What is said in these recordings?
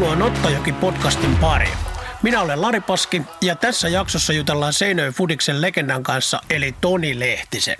Tervetuloa Nottajoki-podcastin pariin. Minä olen Lari Paski ja tässä jaksossa jutellaan Seinäjoen Fudiksen legendan kanssa eli Toni Lehtisen.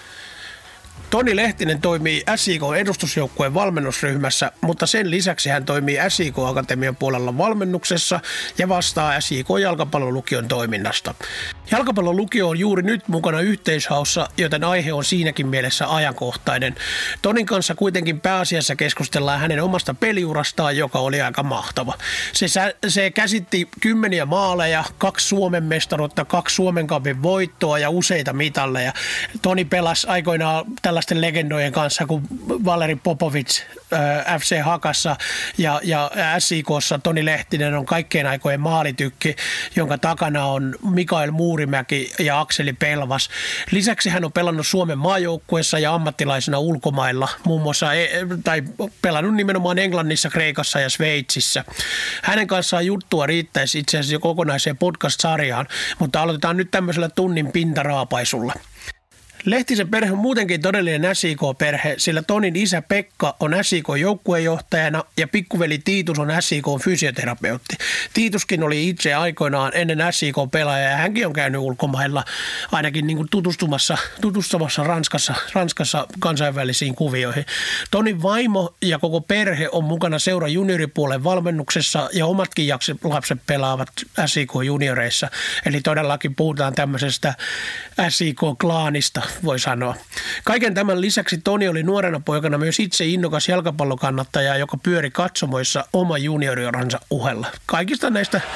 Toni Lehtinen toimii SJK-edustusjoukkueen valmennusryhmässä, mutta sen lisäksi hän toimii SJK-akatemian puolella valmennuksessa ja vastaa SJK-jalkapallolukion toiminnasta. Jalkapallolukio on juuri nyt mukana yhteishaussa, joten aihe on siinäkin mielessä ajankohtainen. Tonin kanssa kuitenkin pääasiassa keskustellaan hänen omasta peliurastaan, joka oli aika mahtava. Se käsitti 10 maaleja, 2 Suomen mestaruutta, 2 Suomen cupin voittoa ja useita mitalleja. Toni pelasi aikoinaan tällaisten legendojen kanssa kuin Valeri Popovic FC Hakassa ja SJK:ssa Toni Lehtinen on kaikkien aikojen maalitykki, jonka takana on Mikael Muurimäki ja Akseli Pelvas. Lisäksi hän on pelannut Suomen maajoukkueessa ja ammattilaisena ulkomailla, muun muassa tai pelannut nimenomaan Englannissa, Kreikassa ja Sveitsissä. Hänen kanssaan juttua riittäisi itse asiassa jo kokonaiseen podcast-sarjaan, mutta aloitetaan nyt tämmöisellä tunnin pintaraapaisulla. Lehtisen perhe on muutenkin todellinen SJK-perhe, sillä Tonin isä Pekka on SJK-joukkuejohtajana ja pikkuveli Tiitus on SJK-fysioterapeutti. Tiituskin oli itse aikoinaan ennen SJK-pelaaja ja hänkin on käynyt ulkomailla ainakin niin kuin tutustumassa Ranskassa kansainvälisiin kuvioihin. Tonin vaimo ja koko perhe on mukana seuran junioripuolen valmennuksessa ja omatkin lapset pelaavat SJK-junioreissa. Eli todellakin puhutaan tämmöisestä SJK-klaanista, voi sanoa. Kaiken tämän lisäksi Toni oli nuorena poikana myös itse innokas jalkapallokannattaja, joka pyöri katsomoissa oman juniorioransa uhella. Kaikista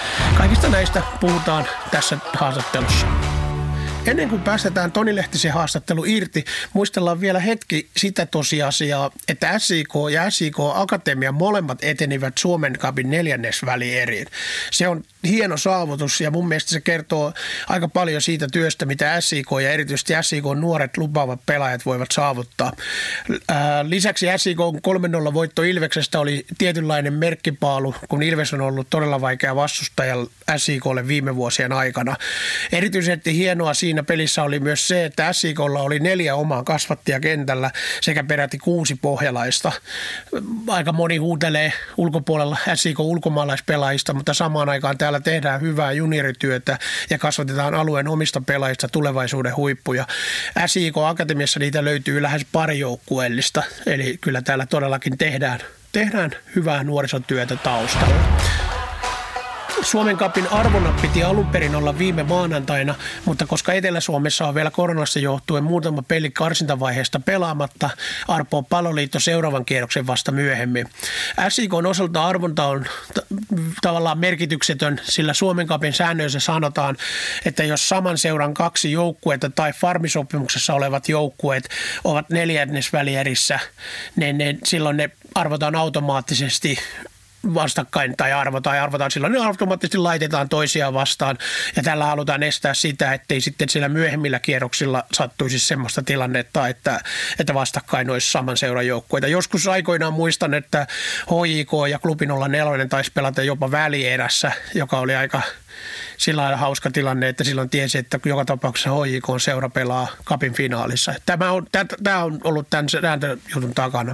näistä puhutaan tässä haastattelussa. Ennen kuin päästetään Toni Lehtisen haastattelu irti, muistellaan vielä hetki sitä tosiasiaa, että SJK ja SJK-akatemia molemmat etenivät Suomen cupin 4. välieriin. Se on hieno saavutus ja mun mielestä se kertoo aika paljon siitä työstä, mitä SJK ja erityisesti SJK-nuoret lupaavat pelaajat voivat saavuttaa. Lisäksi SJK:n 3-0 voitto Ilveksestä oli tietynlainen merkkipaalu, kun Ilves on ollut todella vaikea vastustaja SJK:lle viime vuosien aikana. Erityisesti hienoa siinä pelissä oli myös se, että SJK:lla oli 4 omaa kasvattia kentällä sekä peräti 6 pohjalaista. Aika moni huutelee ulkopuolella SJK-ulkomaalaispelaajista, mutta samaan aikaan täällä tehdään hyvää juniorityötä ja kasvatetaan alueen omista pelaajista tulevaisuuden huippuja. SJK-akatemiassa niitä löytyy lähes pari joukkueellista, eli kyllä täällä todellakin tehdään hyvää nuorisotyötä taustalla. Suomen cupin arvona piti alun perin olla viime maanantaina, mutta koska Etelä-Suomessa on vielä koronasta johtuen muutama peli karsintavaiheesta pelaamatta, arpoo Palloliitto seuraavan kierroksen vasta myöhemmin. SJK:n osalta arvonta on tavallaan merkityksetön, sillä Suomen cupin säännöissä sanotaan, että jos saman seuran 2 joukkuetta tai farmisopimuksessa olevat joukkueet ovat 4. välierissä, niin silloin ne arvotaan automaattisesti vastakkain tai arvotaan silloin ne automaattisesti laitetaan toisiaan vastaan ja tällä halutaan estää sitä, ettei sitten siellä myöhemmillä kierroksilla sattuisi semmoista tilannetta, että vastakkain olisi saman seuran joukkueita. Joskus aikoinaan muistan, että HJK ja Klubi 04 taisi pelata jopa välierässä, joka oli aika sillä lailla hauska tilanne, että silloin tiesi, että joka tapauksessa HJK seura pelaa cupin finaalissa. Tämä on ollut tämän sääntöjutun takana.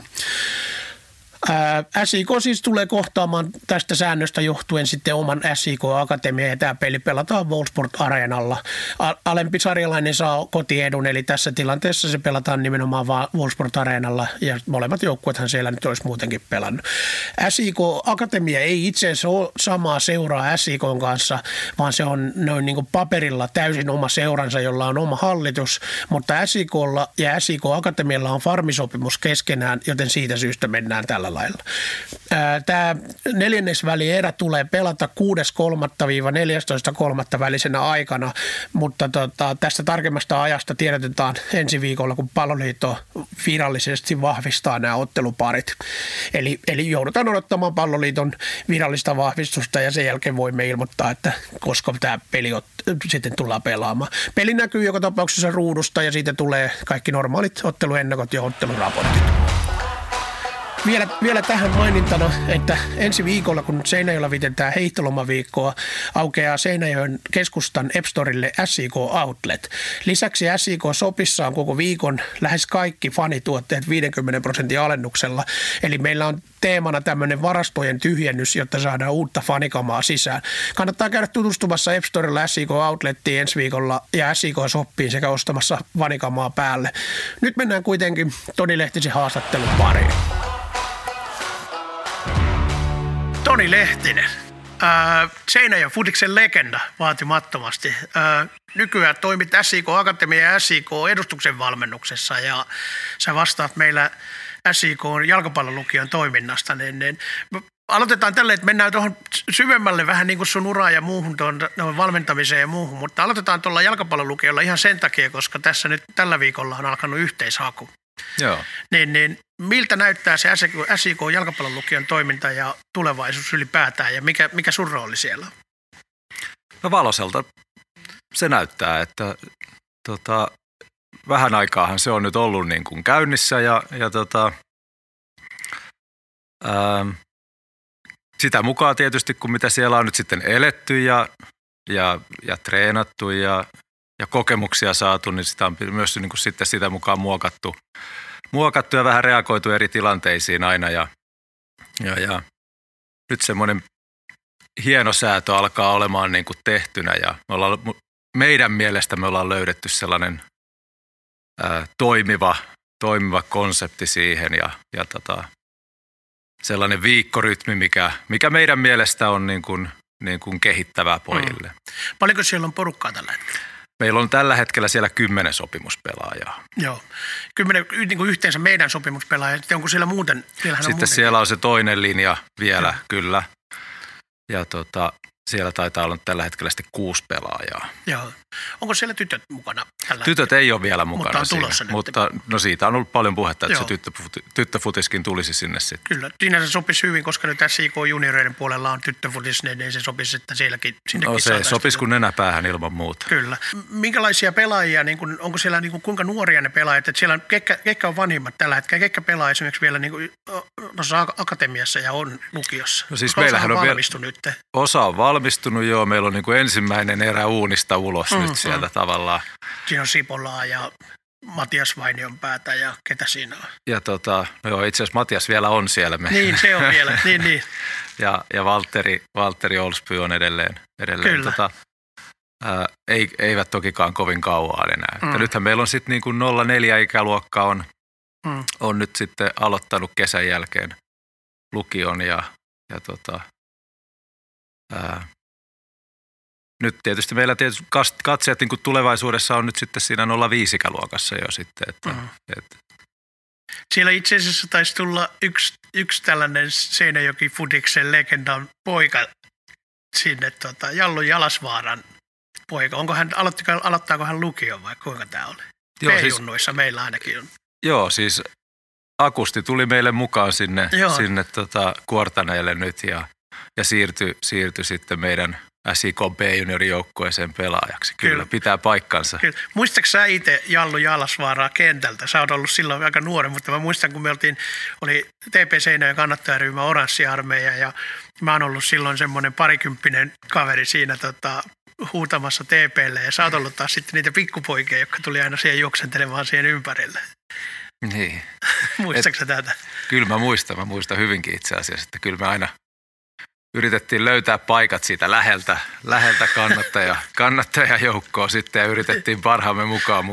SJK siis tulee kohtaamaan tästä säännöstä johtuen sitten oman SJK-akatemian ja tämä peli pelataan Wolfsport-areenalla. Alempi sarjalainen saa kotiedun, eli tässä tilanteessa se pelataan nimenomaan vaan Wolfsport-areenalla ja molemmat joukkuethan siellä nyt olisi muutenkin pelannut. SJK-akatemia ei itse asiassa ole samaa seuraa SJK:n kanssa, vaan se on noin niin kuin paperilla täysin oma seuransa, jolla on oma hallitus, mutta SJK:lla ja SJK-akatemialla on farmisopimus keskenään, joten siitä syystä mennään tällä lailla. Tämä 4. välierä tulee pelata 6.3.–14.3. välisenä aikana, mutta tästä tarkemmasta ajasta tiedotetaan ensi viikolla, kun Palloliitto virallisesti vahvistaa nämä otteluparit. Eli joudutaan odottamaan Palloliiton virallista vahvistusta ja sen jälkeen voimme ilmoittaa, että koska tämä peli sitten tullaan pelaamaan. Peli näkyy joka tapauksessa ruudusta ja siitä tulee kaikki normaalit otteluennakot ja otteluraportit. Vielä tähän mainintana, että ensi viikolla, kun Seinäjoella vietetään heittolomaviikkoa, aukeaa Seinäjoen keskustan Epstorille SIK Outlet. Lisäksi SIK Shopissa on koko viikon lähes kaikki fanituotteet 50% alennuksella. Eli meillä on teemana tämmöinen varastojen tyhjennys, jotta saadaan uutta fanikamaa sisään. Kannattaa käydä tutustumassa Epstorilla SIK Outlettiin ensi viikolla ja SIK Shoppiin sekä ostamassa fanikamaa päälle. Nyt mennään kuitenkin Toni Lehtisen haastattelun pariin. Toni Lehtinen, Seinäjoen Fudiksen legenda vaatimattomasti. Nykyään toimit SIK Akatemia ja SIK edustuksen valmennuksessa ja sä vastaat meillä SIK jalkapallolukion toiminnasta. Niin aloitetaan tälle, että mennään tuohon syvemmälle vähän niin kuin sun uraa ja muuhun, tuon valmentamiseen ja muuhun, mutta aloitetaan tuolla jalkapallolukiolla ihan sen takia, koska tässä nyt tällä viikolla on alkanut yhteishaku. Joo. Niin miltä näyttää se SIK jalkapallolukion toiminta ja tulevaisuus ylipäätään ja mikä sun rooli siellä on? No valoiselta se näyttää, että vähän aikaahan se on nyt ollut niin kuin käynnissä ja sitä mukaan tietysti, kun mitä siellä on nyt sitten eletty ja treenattu ja kokemuksia saatu, niin sitä on myös niin kuin sitten sitä mukaan muokattu ja vähän reagoitu eri tilanteisiin aina ja nyt semmoinen hieno säätö alkaa olemaan niin kuin tehtynä ja meidän mielestä me ollaan löydetty sellainen toimiva konsepti siihen ja sellainen viikkorytmi, mikä meidän mielestä on niin kuin kehittävää pojille. Paljonko siellä on porukkaa tällä hetkellä? Meillä on tällä hetkellä siellä 10 sopimuspelaajaa. Joo, 10 niin kuin yhteensä meidän sopimuspelaajia. Onko siellä muuten? Sitten siellä on se toinen linja vielä, kyllä. Ja siellä taitaa olla tällä hetkellä sitten 6 pelaajaa. Joo. Onko siellä tytöt mukana? Tytöt ei ole vielä mukana mutta on tulossa siinä, mutta no siitä on ollut paljon puhetta, että se tyttöfutiskin tulisi sinne sitten. Kyllä, siinä se sopisi hyvin, koska nyt SIK junioreiden puolella on tyttöfutis, niin se sopisi, että sielläkin sinnekin se sopisi kuin nenäpäähän ilman muuta. Kyllä. Minkälaisia pelaajia, niin kun, onko siellä niin kun, kuinka nuoria ne pelaajat, että siellä on, ketkä on vanhimmat tällä hetkellä, ketkä pelaa esimerkiksi vielä niin kuin, akatemiassa ja on lukiossa? No siis meillähän on valmistunut nyt. Osa on valmistunut, joo. Meillä on niin kuin ensimmäinen erä uunista ulos nyt sieltä tavallaan. Siinä on Sipolaa ja Matias Vainionpäätä ja ketä siinä on? Ja no joo, itse asiassa Matias vielä on siellä. Niin, se on vielä, niin. Ja Valtteri Olsby on edelleen. Kyllä. Eivät tokikaan kovin kauan enää. Että nythän meillä on sitten niin kuin 04 ikäluokka on nyt sitten aloittanut kesän jälkeen lukion ja nyt tietysti meillä katseet niin kuin tulevaisuudessa on nyt sitten siinä 05 ikäluokassa jo sitten. Siellä itse asiassa taisi tulla yksi tällainen Seinäjoki Fudiksen legendan poika sinne Jallu Jalasvaaran poika. Aloittaako hän lukion vai kuinka tämä oli? P-junnuissa siis, meillä ainakin on. Joo, siis Akusti tuli meille mukaan sinne Kuortaneelle nyt ja siirtyi sitten meidän SIK B-juniorijoukkueeseen pelaajaksi. Kyllä, pitää paikkansa. Kyllä. Muistatko sä itse Jallu Jalasvaaraa kentältä? Sä oot ollut silloin aika nuori, mutta mä muistan, kun oli TP Seinäjoen kannattajaryhmä Oranssi-armeija ja mä oon ollut silloin semmoinen parikymppinen kaveri siinä huutamassa TP:lle ja sä oot ollut taas sitten niitä pikkupoikia, jotka tuli aina siihen juoksentelemaan siihen ympärille. Niin. Muistatko sä tätä? Kyllä mä muistan hyvinkin itse asiassa, että kyllä me aina yritettiin löytää paikat siitä läheltä kannattajajoukkoa sitten ja yritettiin parhaamme mukaan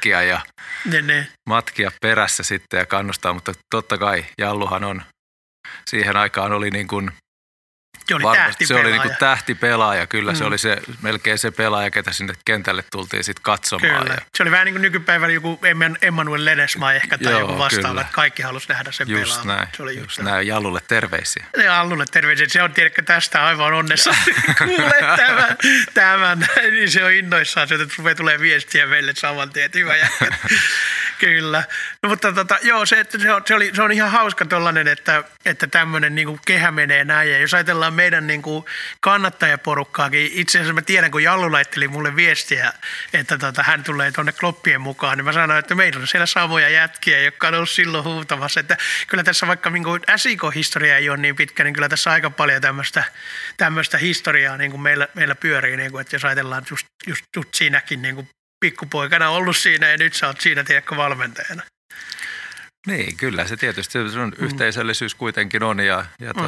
matkia perässä sitten ja kannustaa, mutta totta kai Jalluhan on siihen aikaan oli niin kuin se oli niin kuin tähtipelaaja, kyllä se oli melkein se pelaaja, ketä sinne kentälle tultiin sitten katsomaan. Kyllä. Se oli vähän niin kuin nykypäivänä joku Emmanuel Ledesma ehkä tai joku vastaava, että kaikki halusi nähdä sen pelaamaan. Just näin. Jallulle terveisiä. Jallulle terveisiä. Se on tiedäkö tästä aivan onnessa. Kuule tämän. Niin se on innoissaan, että rupeaa tulee viestiä meille saman tien, että hyvä jätkä. Kyllä. No, mutta joo, se on ihan hauska tollainen, että tämmöinen niinku kehä menee näin. Ja jos ajatellaan meidän niinku kannattajaporukkaakin, itse asiassa mä tiedän, kun Jallu laitteli mulle viestiä, että hän tulee tuonne kloppien mukaan, niin mä sanoin, että meillä on siellä samoja jätkiä, jotka on ollut silloin huutamassa. Että kyllä tässä vaikka niinku SIK-historia ei ole niin pitkä, niin kyllä tässä aika paljon tämmöistä historiaa niin kuin meillä pyörii, niin kuin, että jos ajatellaan just siinäkin niin kuin pikkupoikana ollut siinä ja nyt sä oot siinä, tiedätkö, valmentajana. Niin, kyllä se tietysti on yhteisöllisyys kuitenkin on ja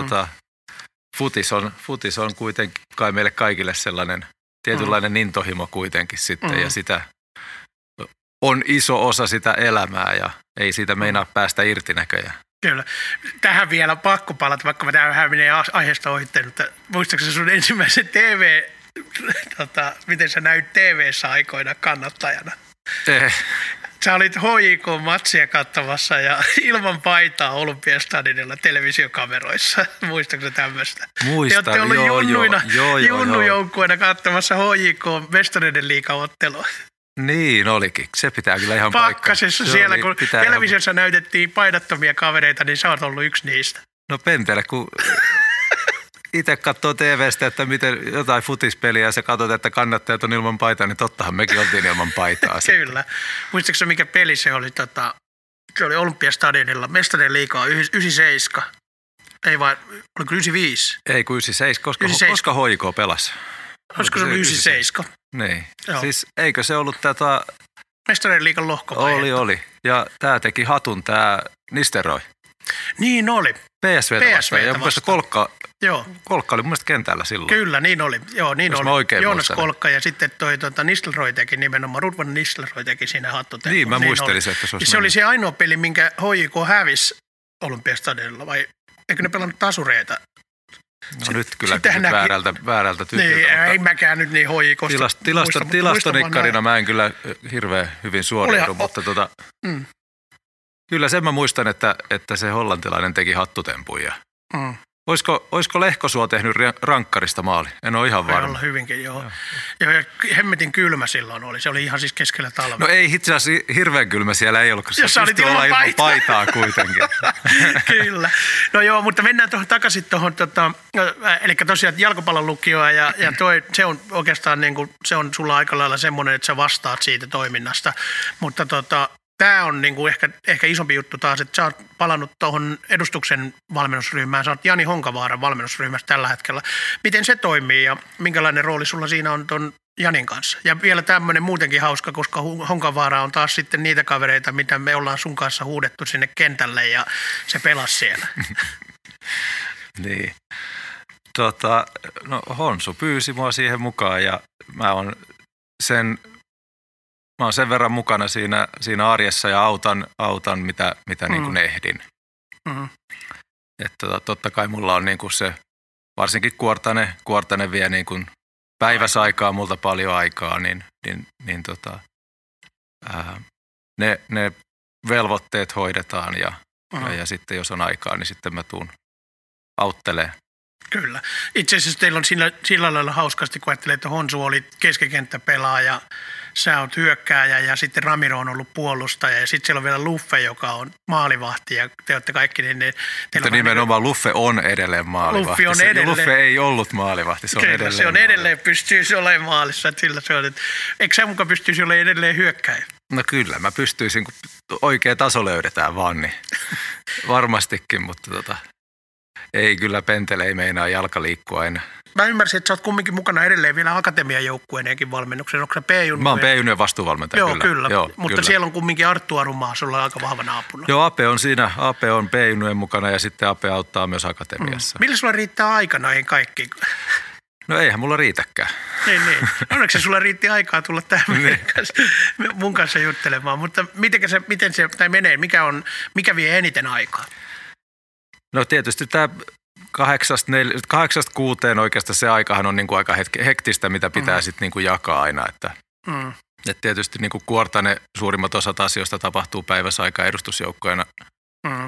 futis on kuitenkin kai meille kaikille sellainen tietynlainen intohimo kuitenkin sitten ja sitä on iso osa sitä elämää ja ei siitä meinaa päästä irti näköjään. Kyllä. Tähän vielä pakko palata, vaikka mä tähän menee aiheesta ohitteen, mutta muistatko se sun ensimmäisen miten sä näyt TV-ssä aikoina kannattajana? Sä olit HJK-matsia katsomassa ja ilman paitaa Olympiastadionilla televisiokameroissa. Muistatko tämmöistä? Muistan, te olette ollut junnujoukkueena katsomassa HJK-mestareiden liigaottelua. Niin olikin. Se pitää kyllä ihan paikkaa. Pakkasessa siellä, kun televisiossa näytettiin paidattomia kavereita, niin sä oot ollut yksi niistä. No pentele, kun itse katsoo TV:stä, että miten jotain futispeliä ja sä katsot, että kannattajat on ilman paitaa, niin tottahan mekin oltiin ilman paitaa. Kyllä. Muistatko mikä peli se oli? Se oli Olympiastadionilla. Mestarien liigaa 97. Ei vaan, oliko 95? Ei kun 97, koska HJK pelasi. Olisiko se 97? Niin. Joo. Siis eikö se ollut Mestarien liigan lohkovaihe. Oli. Ja tää teki hatun tää Nisteroi. Niin oli. PSVtä vastaan. Ja mun mielestä Kolkka oli mun mielestä kentällä silloin. Kyllä, niin oli. Joo, niin jos oli. Joonas Kolkka ja sitten toi Nistelrooy teki nimenomaan. Rudvan Nistelrooy teki siinä hattutempuun. Niin, mä muistelin, että se olisi se oli se ainoa peli, minkä HJK hävisi Olympiastadionilla, vai eikö ne pelannut tasureita? No nyt kyllä väärältä tytöltä. Niin, ei mäkään nyt niin HJKsta. Tilastonikkarina mä en kyllä hirveän hyvin suoriudu, mutta kyllä sen mä muistan, että se hollantilainen teki hattutempuja. Olisiko Lehkosuo tehnyt rankkarista maali? En ole ihan varma. Voi olla hyvinkin, joo. Ja hemmetin kylmä silloin oli. Se oli ihan siis keskellä talvea. No ei itse asiassa hirveän kylmä siellä ei ollut, koska se pystyi olla ilman paitaa kuitenkin. Kyllä. No joo, mutta mennään takaisin tuohon, eli tosiaan jalkapallon lukioa ja se on oikeastaan niin kuin, se on sulla aika lailla semmoinen, että sä vastaat siitä toiminnasta, mutta tämä on niinku ehkä isompi juttu taas, että sä oot palannut tuohon edustuksen valmennusryhmään. Sä oot Jani Honkavaaran valmennusryhmässä tällä hetkellä. Miten se toimii ja minkälainen rooli sulla siinä on ton Janin kanssa? Ja vielä tämmöinen muutenkin hauska, koska Honkavaara on taas sitten niitä kavereita, mitä me ollaan sun kanssa huudettu sinne kentälle ja se pelasi siellä. Niin. No Honsu pyysi mua siihen mukaan ja mä oon sen verran mukana siinä arjessa ja autan mitä niin kuin ehdin. Että totta kai mulla on niin kuin se, varsinkin Kuortane vie niin kuin päiväsaikaa multa paljon aikaa, niin ne velvoitteet hoidetaan ja sitten jos on aikaa, niin sitten mä tuun auttelemaan. Kyllä. Itse asiassa teillä on sillä lailla hauskasti, kun ajattelee, että Honsu oli keskikenttäpelaaja, sä oot hyökkääjä ja sitten Ramiro on ollut puolustaja ja sitten siellä on vielä Luffe, joka on maalivahti ja te olette kaikki niin... Mutta nimenomaan Luffe on edelleen maalivahti. Luffe ei ollut maalivahti, se on kyllä, edelleen se on edelleen pystyisi olemaan maalissa. Eikö sä mukaan pystyisi olemaan edelleen hyökkääjä? No kyllä, mä pystyisin, kun oikea taso löydetään vaan, niin varmastikin, mutta ei kyllä pentele, ei meinaa jalka liikkua enää. Mä ymmärsin, että sä oot kumminkin mukana edelleen vielä akatemian joukkueenkin valmennuksen. Onko se P-junnu? Mä oon P-junnujen vastuuvalmentaja, kyllä. Mutta kyllä. Siellä on kumminkin Arttu Arumaa, sulla on aika vahvana apuna. Joo, Ape on siinä. Ape on P-junnujen mukana ja sitten Ape auttaa myös akatemiassa. Millä sulla riittää aika näihin kaikkiin? No eihän mulla riitäkään. Niin. Onneksi sulla riitti aikaa tulla tähän mun kanssa juttelemaan. Mutta miten se menee? Mikä vie eniten aikaa? No tietysti tämä 8-6 oikeastaan se aikahan on niinku aika hektistä, mitä pitää sitten niinku jakaa aina. Että tietysti niinku Kuortane suurimmat osat asioista tapahtuu päiväsaikaa edustusjoukkoina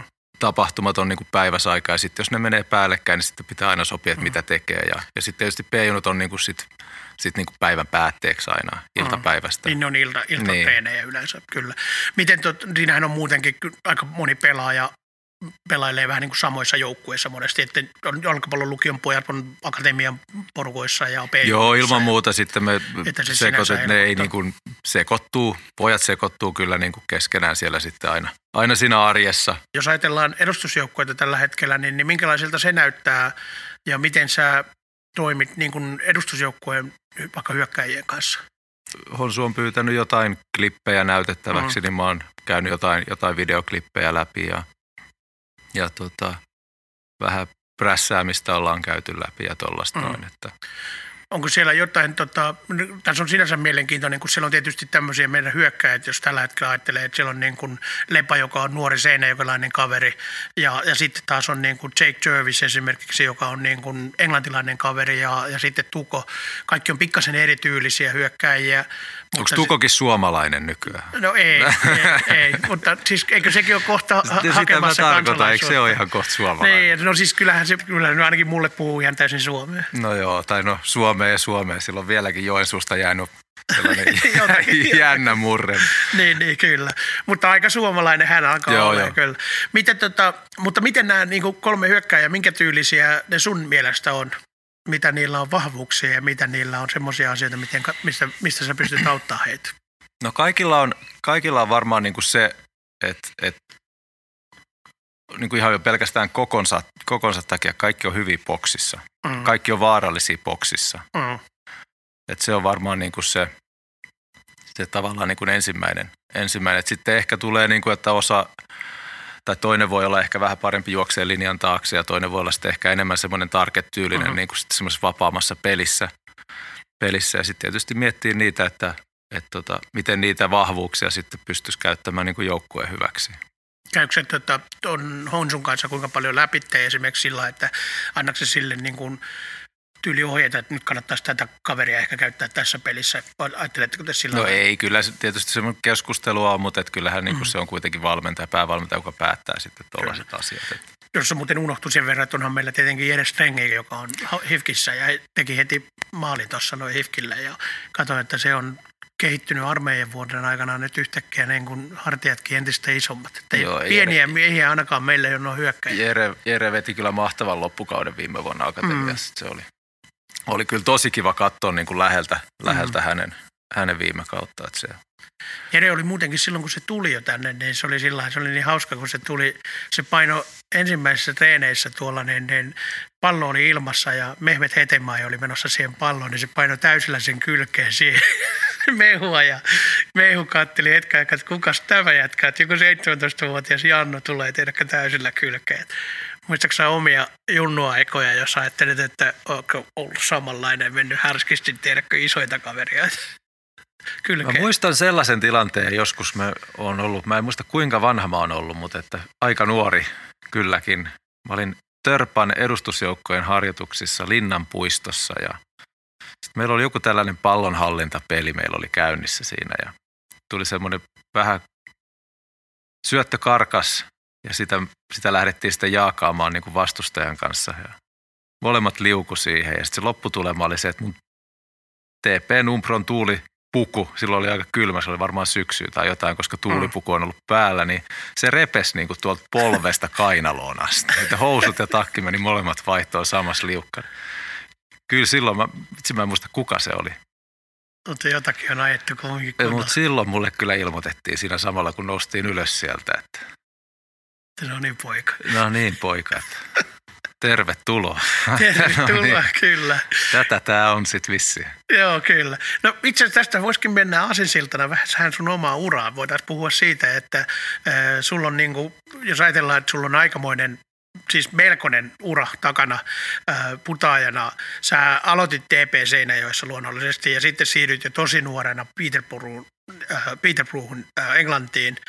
tapahtumat on niin kuin päiväsaikaa ja sitten jos ne menee päällekkäin, niin sitten pitää aina sopia, että mitä tekee. Ja sitten tietysti P-junut on niin kuin sit niin kuin päivän päätteeksi aina iltapäivästä. Niin ne on iltatreenejä yleensä, kyllä. Miten siinähän on muutenkin aika moni pelaaja pelailee vähän niin kuin samoissa joukkueissa monesti, että on jalkapallon lukion pojat on akatemian porukoissa ja Joo, ilman muuta sitten me ne ei niin kuin sekoittuu, pojat sekoittuu kyllä niin kuin keskenään siellä sitten aina siinä arjessa. Jos ajatellaan edustusjoukkueita tällä hetkellä, niin minkälaiselta se näyttää ja miten sä toimit niin kuin edustusjoukkueen vaikka hyökkäjien kanssa? Honsu on pyytänyt jotain klippejä näytettäväksi, niin mä oon käynyt jotain videoklippejä läpi ja vähän prässäämistä ollaan käyty läpi ja tollaista noin. Että. Onko siellä jotain, tässä on sinänsä mielenkiintoinen, kun siellä on tietysti tämmöisiä meidän hyökkäjät, jos tällä hetkellä ajattelee, että siellä on niin kuin Lepa, joka on nuori seinäjokelainen kaveri, ja sitten taas on niin kuin Jake Jervis esimerkiksi, joka on niin kuin englantilainen kaveri, ja sitten Tuko. Kaikki on pikkasen erityylisiä hyökkäjiä. Onko Tukokin suomalainen nykyään? No ei, mutta siis eikö sekin ole kohta hakemassa kansalaisuutta? Eikö se ole ihan kohta suomalainen? Niin, no siis kyllä ainakin mulle puhuu ihan täysin suomea. No joo, tai no Suomea. Sillä on vieläkin Joensuusta jäänyt sellainen jännä murre. Niin, kyllä. Mutta aika suomalainen hän alkaa olla kyllä. Mutta miten nämä niin kuin 3 hyökkääjää, minkä tyylisiä ne sun mielestä on? Mitä niillä on vahvuuksia ja mitä niillä on semmoisia asioita, mistä sä pystyt auttamaan heitä? No kaikilla on varmaan niin kuin se, että niin kuin ihan jo pelkästään kokonsa takia kaikki on hyviä boksissa. Kaikki on vaarallisia boksissa. Että se on varmaan niin kuin se tavallaan niin kuin ensimmäinen. Et sitten ehkä tulee, niin kuin, että tai toinen voi olla ehkä vähän parempi juokseen linjan taakse ja toinen voi olla sitten ehkä enemmän semmoinen target-tyylinen niin kuin sitten semmoisessa vapaamassa pelissä. Ja sitten tietysti miettii niitä, että miten niitä vahvuuksia sitten pystyisi käyttämään niin kuin joukkueen hyväksi. Käykö se on Honsun kanssa kuinka paljon läpitte esimerkiksi sillä, että annatko se sille niin kuin tyyliohjeita, että nyt kannattaisi tätä kaveria ehkä käyttää tässä pelissä? Ajatteletteko te sillä No ei, kyllä tietysti semmoinen keskustelua on, mutta kyllähän niin kuin se on kuitenkin päävalmentaja, joka päättää sitten tuollaiset asiat. Jos se muuten unohtui sen verran, että onhan meillä tietenkin Jere Strenge, joka on HIFKissä ja teki heti maalin tuossa noin HIFKille ja katsoin, että se on kehittynyt armeijan vuoden aikana nyt yhtäkkiä niin kuin hartiatkin entistä isommat. Että joo, pieniä miehiä ainakaan meillä ei ole hyökkäjiä. Jere veti kyllä mahtavan loppukauden viime vuonna akatemiassa. Se oli kyllä tosi kiva katsoa niin kuin läheltä hänen viime kautta. Että se. Jere oli muutenkin silloin, kun se tuli jo tänne, niin se oli niin hauska, kun se tuli. Se paino ensimmäisissä treeneissä tuolla, niin pallo oli ilmassa ja Mehmet Hetemäi oli menossa siihen palloon, niin se painoi täysillä sen kylkeen siihen Mehua ja Mehu katteli hetken aikaa, että kukas tämä jätkä, että joku 17-vuotias Janno tulee tehdäkö täysillä kylkeen. Muistatko sä omia junnuaikoja, jos ajattelet, että onko ollut samanlainen, mennyt härskisti tehdäkö isoita kaveria? Kylkeen. Mä muistan sellaisen tilanteen, joskus mä en muista kuinka vanha mä oon ollut, mutta että aika nuori kylläkin. Mä olin Törpan edustusjoukkojen harjoituksissa Linnanpuistossa ja sitten meillä oli joku tällainen pallonhallintapeli, meillä oli käynnissä siinä ja tuli semmoinen vähän syöttö karkas ja sitä lähdettiin sitten jaakaamaan niin kuin vastustajan kanssa ja molemmat liuku siihen ja sitten se lopputulema oli se, että mun TP-Numpron tuulipuku, silloin oli aika kylmä, se oli varmaan syksyä tai jotain, koska tuulipuku on ollut päällä, niin se repesi niin kuin tuolta polvesta kainaloon asti. Että housut ja takki meni molemmat vaihtoon samassa liukkana. Kyllä silloin, mä en muista kuka se oli. Mutta jotakin on ajettu kumminkin kunnolla. Mutta silloin mulle kyllä ilmoitettiin siinä samalla, kun noustiin ylös sieltä. Että no niin poika. No niin poika, että tervetuloa. Tervetuloa, niin. Kyllä. Tätä tää on sit vissiin. Joo, kyllä. No itse asiassa tästä voisikin mennä aasinsiltana vähän sun omaa uraa. Voitaisiin puhua siitä, että sulla on niinku, jos ajatellaan, että sulla on aikamoinen, siis melkoinen ura takana putaajana. Sä aloitit TP Seinäjoessa luonnollisesti ja sitten siirryt jo tosi nuorena Peterboroughun Englantiin.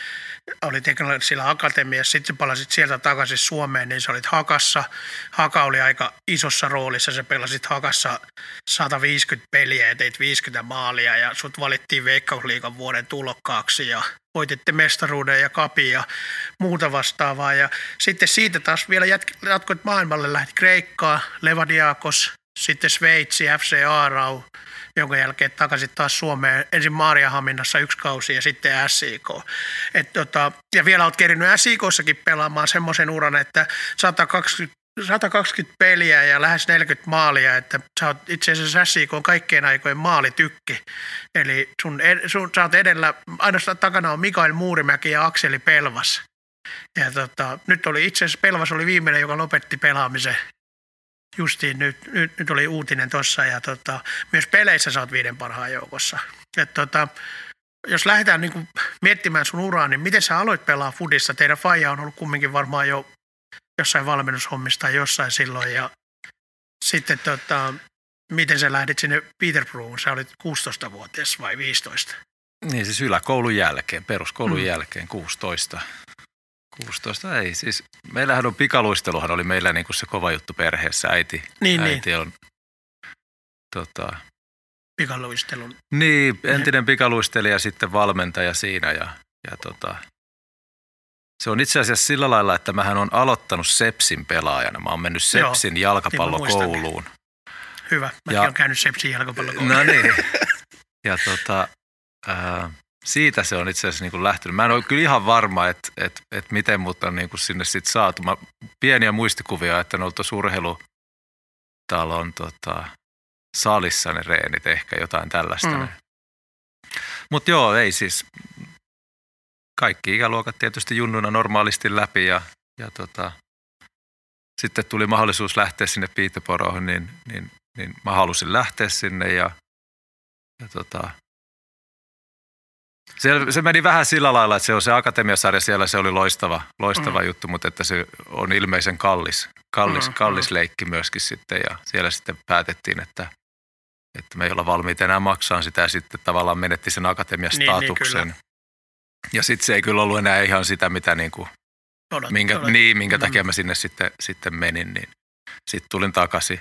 oli siellä akatemiassa, sitten palasit sieltä takaisin Suomeen, niin sä olit Hakassa. Haka oli aika isossa roolissa, sä pelasit Hakassa 150 peliä ja teit 50 maalia ja sut valittiin Veikkausliigan vuoden tulokkaaksi ja voititte mestaruuden ja kapin ja muuta vastaavaa. Ja sitten siitä taas vielä jatkoit maailmalle, lähdit Kreikkaan, Levadiakos, sitten Sveitsi, FC Aarau, jonka jälkeen takaisin taas Suomeen. Ensin Maarianhaminassa 1 kausi ja sitten SIK. Ja vielä olet kerinyt SIK:ssakin pelaamaan semmoisen uran, että 120 peliä ja lähes 40 maalia, että sä oot itse asiassa SIK:n kaikkien aikojen maalitykki. Eli sä oot edellä, ainoastaan takana on Mikael Muurimäki ja Akseli Pelvas. Ja nyt oli itse asiassa Pelvas oli viimeinen, joka lopetti pelaamisen. Justiin nyt oli uutinen tuossa ja myös peleissä sä oot 5 parhaan joukossa. Jos lähdetään niin miettimään sun uraa, niin miten sä aloit pelaa fudissa? Teidän faija on ollut kumminkin varmaan jo jossain valmennushommissa tai jossain silloin. Ja sitten miten sä lähdit sinne Peterboroughun? Sä olit 16-vuotias vai 15? Niin siis yläkoulun jälkeen, peruskoulun jälkeen 16. 16 ei, siis meillähän on pikaluisteluhan oli meillä niinku se kova juttu perheessä, äiti on pikaluistelun. Niin, entinen pikaluistelija sitten valmentaja siinä ja se on itse asiassa sillä lailla, että mähän on aloittanut Sepsin pelaajana. Mä oon mennyt Sepsin jalkapallokouluun. Hyvä, mäkin olen käynyt Sepsin jalkapallokouluun. No niin, ja siitä se on itse asiassa niin kuin lähtenyt. Mä en ole kyllä ihan varma, että miten mut on niin kuin sinne sitten saatu. Pieniä muistikuvia, että ne on tuossa urheilutalon salissa ne reenit, ehkä jotain tällaista. Mutta joo, ei siis kaikki ikäluokat tietysti junnuna normaalisti läpi ja sitten tuli mahdollisuus lähteä sinne Peterboroughun, niin mä halusin lähteä sinne ja se meni vähän sillä lailla, että se akatemiasarja siellä, se oli loistava juttu, mutta että se on ilmeisen kallis leikki myöskin sitten ja siellä sitten päätettiin, että me ei olla valmiita enää maksaa sitä ja sitten tavallaan menetti sen akatemiastatuksen. Niin, ja sitten se ei kyllä ollut enää ihan sitä, mitä minkä takia mä sinne sitten menin, niin sitten tulin takaisin.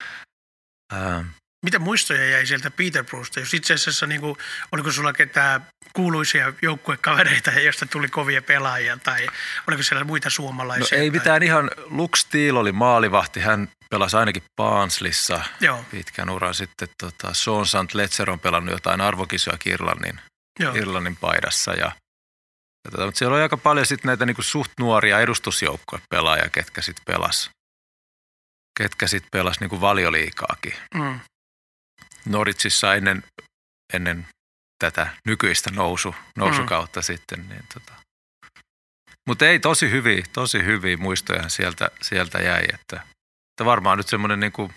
Mitä muistoja jäi sieltä Peterboroughsta? Jos itse asiassa, oliko sulla ketään kuuluisia joukkuekavereita, joista tuli kovia pelaajia, tai oliko siellä muita suomalaisia? No ei mitään ihan. Luke Steele oli maalivahti, hän pelasi ainakin Barnsleyssa pitkän uran. Sitten Sean St. Ledger on pelannut jotain arvokisojakin Irlannin paidassa. Mutta siellä oli aika paljon sitten näitä niinku suht nuoria edustusjoukkuepelaajia, ketkä sitten pelas niinku Valioliigaakin. Norwichissa ennen tätä nykyistä nousukautta sitten. Niin Mutta ei, tosi hyviä muistoja sieltä jäi. Että varmaan nyt semmoinen niinku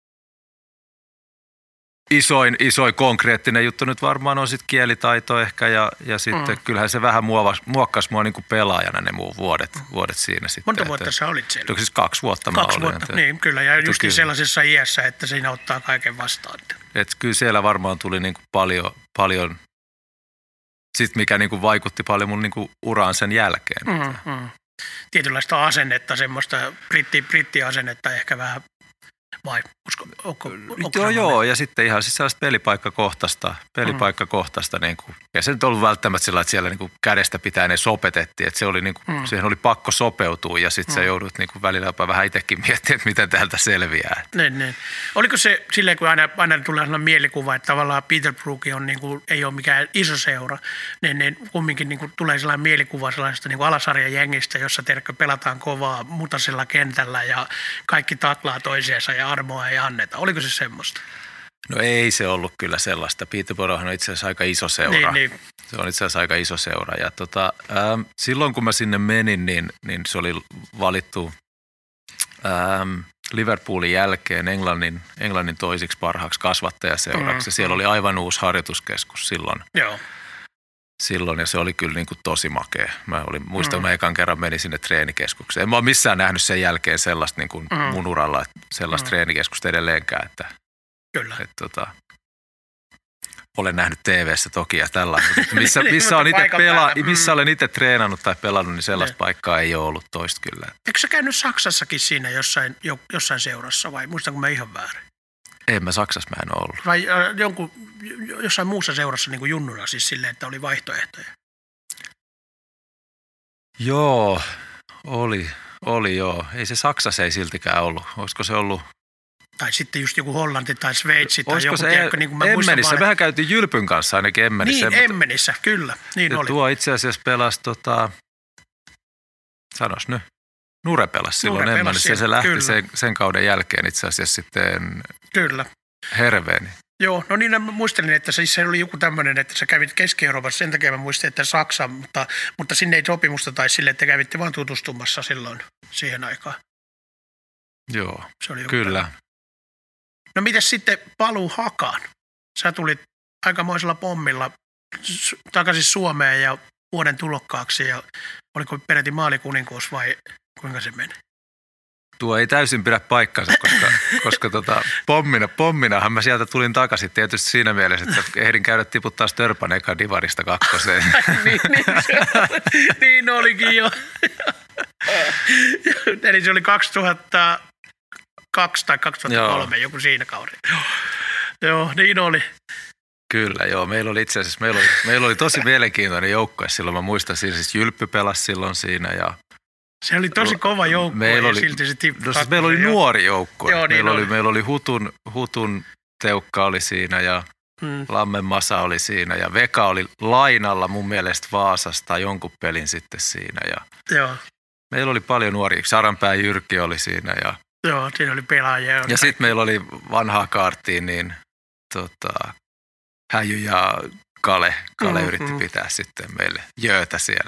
isoin konkreettinen juttu nyt varmaan on sitten kielitaito ehkä ja sitten kyllähän se vähän muokkasi mua niinku pelaajana ne muun vuodet siinä sitten. Monta vuotta sä olit siellä? No siis 2 vuotta mä olin. 2 vuotta, niin kyllä ja justiin sellaisessa iässä, että siinä ottaa kaiken vastaan. Et kyllä siellä varmaan tuli niinku paljon sit mikä niinku vaikutti paljon mun niinku uraan sen jälkeen. Tietynlaista asennetta, semmoista brittiasennetta ehkä vähän. Vai onko joo, ja sitten ihan siis sellaista pelipaikkakohtaista niinku, ja se nyt ollut välttämättä sillä, että siellä niinku kädestä pitää ne sopetettiin, että se oli niinku, siihen oli pakko sopeutua, ja sitten sä joudut niinku välillä jopa vähän itsekin miettimään, että miten täältä selviää. Niin. Oliko se silleen, kun aina tulee sellainen mielikuva, että tavallaan Peterborough on niinku, ei ole mikään iso seura, niin kumminkin niinku tulee sellainen mielikuva sellaisesta niinku alasarjan jengistä, jossa pelataan kovaa mutasella kentällä, ja kaikki taklaa toisiansa, ja armoa ei anneta. Oliko se semmoista? No ei se ollut kyllä sellaista. Peterborough on itse asiassa aika iso seura. Niin. Se on itse asiassa aika iso seura. Ja silloin kun mä sinne menin, niin se oli valittu Liverpoolin jälkeen Englannin toisiksi parhaaksi kasvattajaseuraksi. Siellä oli aivan uusi harjoituskeskus silloin. Joo. Silloin, ja se oli kyllä niin kuin tosi makea. Muistan, mä ekan kerran menin sinne treenikeskukseen. En mä ole missään nähnyt sen jälkeen sellaista niin kuin mun uralla, sellaista treenikeskusta edelleenkään. Kyllä. olen nähnyt TV:ssä toki ja tällainen. Missä olen itse treenannut tai pelannut, niin sellaista paikkaa ei ole ollut toista kyllä. Eikö sä käynyt Saksassakin siinä jossain seurassa vai muistanko mä ihan väärin? En mä Saksassa mä en ollut. Vai jossain muussa seurassa niin kuin junnuna siis silleen, että oli vaihtoehtoja? Joo, oli joo. Ei se Saksassa ei siltikään ollut. Olisiko se ollut? Tai sitten just joku Hollanti tai Sveitsi tai olisiko joku, se tiedätkö, niin kuin mä Emmenissä? muistan Mehän käytiin Jylpyn kanssa ainakin Emmenissä. Niin, Emmenissä, kyllä. Niin oli. Tuo itse asiassa pelasi, sanos nyt, Nure pelasi silloin Emmenissä. Ja se lähti sen kauden jälkeen itse asiassa sitten kyllä. Herveeni. Joo, no niin mä muistelin, että siis se oli joku tämmöinen, että sä kävit Keski-Euroopassa, sen takia mä muistin, että Saksa, mutta sinne ei sopimusta tai sille, että kävitte vaan tutustumassa silloin siihen aikaan. Joo, se oli kyllä. Päivä. No mites sitten paluu Hakaan? Sä tulit aikamoisella pommilla takaisin Suomeen ja vuoden tulokkaaksi ja oliko peräti maalikuninkuus vai kuinka se meni? Tuo ei täysin pidä paikkansa, koska pomminahan mä sieltä tulin takaisin tietysti siinä mielessä, että ehdin käydä tiputtaa Störpan eka divarista 2. niin olikin jo. Eli se oli 2002 tai 2003, joku siinä kaudella. Joo, niin oli. Kyllä, joo. Meillä oli itse asiassa, meillä oli tosi mielenkiintoinen joukkue silloin. Mä muistan, siis Jylppy pelasi silloin siinä ja se oli tosi kova joukkue ja silti se tippui. Siis meillä oli nuori joukkue. Joo, niin meillä oli Hutun Teukka oli siinä ja Lammen Masa oli siinä ja Veka oli lainalla mun mielestä Vaasasta jonkun pelin sitten siinä. Ja joo. Meillä oli paljon nuoria. Saranpää Jyrki oli siinä. Joo, siinä oli pelaajia. Ja sitten meillä oli vanhaa kaartiin, niin Häjy ja Kale yritti pitää sitten meille jöötä siellä.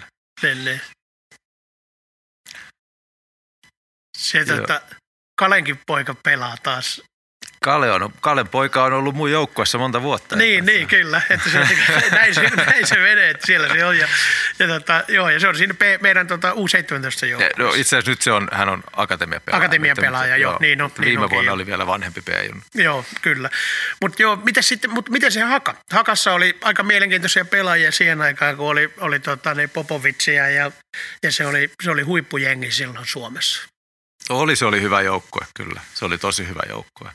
Se Kalenkin poika pelaa taas. Kalen poika on ollut mun joukkueessa monta vuotta. Niin, kyllä. Että näin se menee, että siellä se on. Ja se on siinä meidän U17 joukkueessa. No, itse asiassa nyt hän on akatemiapelaaja. Akatemiapelaaja, joo. Niin, viime vuonna oli vielä vanhempi B-junnu. Joo, kyllä. Mutta miten se Haka? Hakassa oli aika mielenkiintoisia pelaajia siihen aikaan, kun oli Popovitsia ja se oli huippujengi silloin Suomessa. Se oli hyvä joukkue, kyllä. Se oli tosi hyvä joukkue.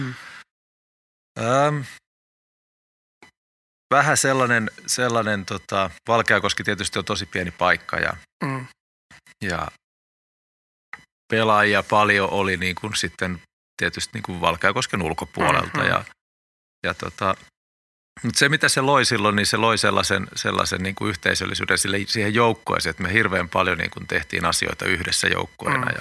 Vähän sellainen Valkeakoski tietysti on tosi pieni paikka ja pelaajia paljon oli niin kuin sitten tietysti niin kuin Valkeakosken ulkopuolelta mutta se mitä se loi silloin, niin se loi sellaisen niin kuin yhteisöllisyyden siihen joukkueeseen, että me hirveän paljon niin kuin tehtiin asioita yhdessä joukkueena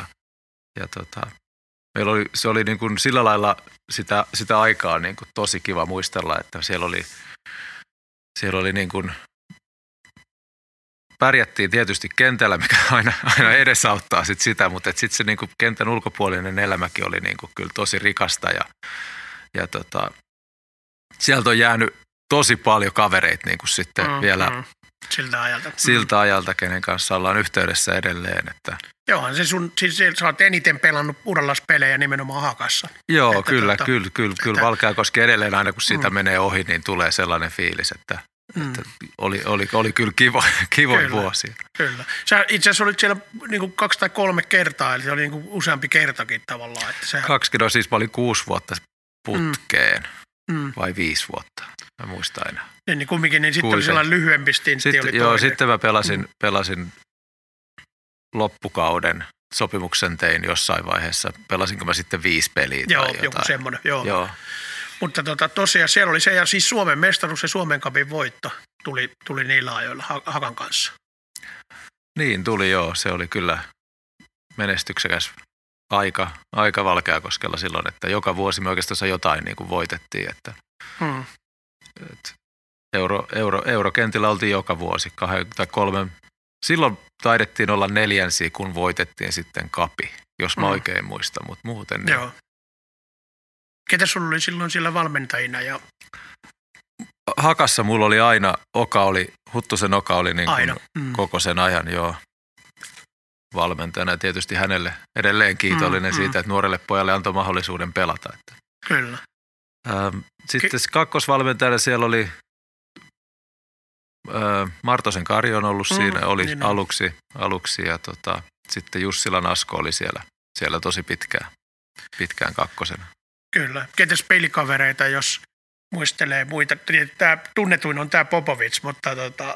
se oli niin kuin sillä lailla sitä aikaa niin kuin tosi kiva muistella, että siellä oli niin kuin, pärjättiin tietysti kentällä, mikä aina edesauttaa sitä, mutta sitten se niin kuin kentän ulkopuolinen elämäkin oli niin kuin kyllä tosi rikasta ja sieltä on jäänyt tosi paljon kavereita niin kuin sitten vielä siltä ajalta, kenen kanssa ollaan yhteydessä edelleen. Että Johan se sä oot eniten pelannut uralaispelejä nimenomaan Hakassa. Joo, että kyllä Valkeakoski edelleen aina kun siitä menee ohi, niin tulee sellainen fiilis, että oli kyllä kivoin vuosia. Kyllä. Sä itse asiassa olit siellä niin kuin 2 tai 3 kertaa, eli se oli niin kuin useampi kertakin tavallaan. Että 2 siis mä olin 6 vuotta putkeen vai 5 vuotta, mä muistan aina. Niin kumminkin, niin sitten oli sellainen lyhyempi stintti. Sitten mä pelasin loppukauden sopimuksen tein jossain vaiheessa. Pelasinko mä sitten 5 peliä tai jotain. Joku semmoinen, joo. Mutta tosiaan siellä oli se, ja siis Suomen mestaruus ja Suomen cupin voitto tuli niillä ajoilla Hakan kanssa. Niin tuli joo, se oli kyllä menestyksekäs aika Valkeakoskella silloin, että joka vuosi me oikeastaan jotain niin kuin voitettiin, että eurokentillä oltiin joka vuosi 2 tai 3. Silloin taidettiin olla 4, kun voitettiin sitten kapi, jos mä oikein muistan, mutta muuten. Niin. Joo. Ketä sulla oli silloin siellä valmentajina? Hakassa mulla oli aina, Huttusen Oka oli niin kuin koko sen ajan joo valmentajana. Tietysti hänelle edelleen kiitollinen siitä, että nuorelle pojalle antoi mahdollisuuden pelata. Että. Kyllä. Sitten kakkosvalmentajana siellä oli Martosen Kari on ollut siinä, oli niin aluksi ja sitten Jussilan Asko oli siellä tosi pitkään kakkosena. Kyllä. Ketäs pelikavereita, jos muistelee muita? Tämä tunnetuin on tämä Popovic, mutta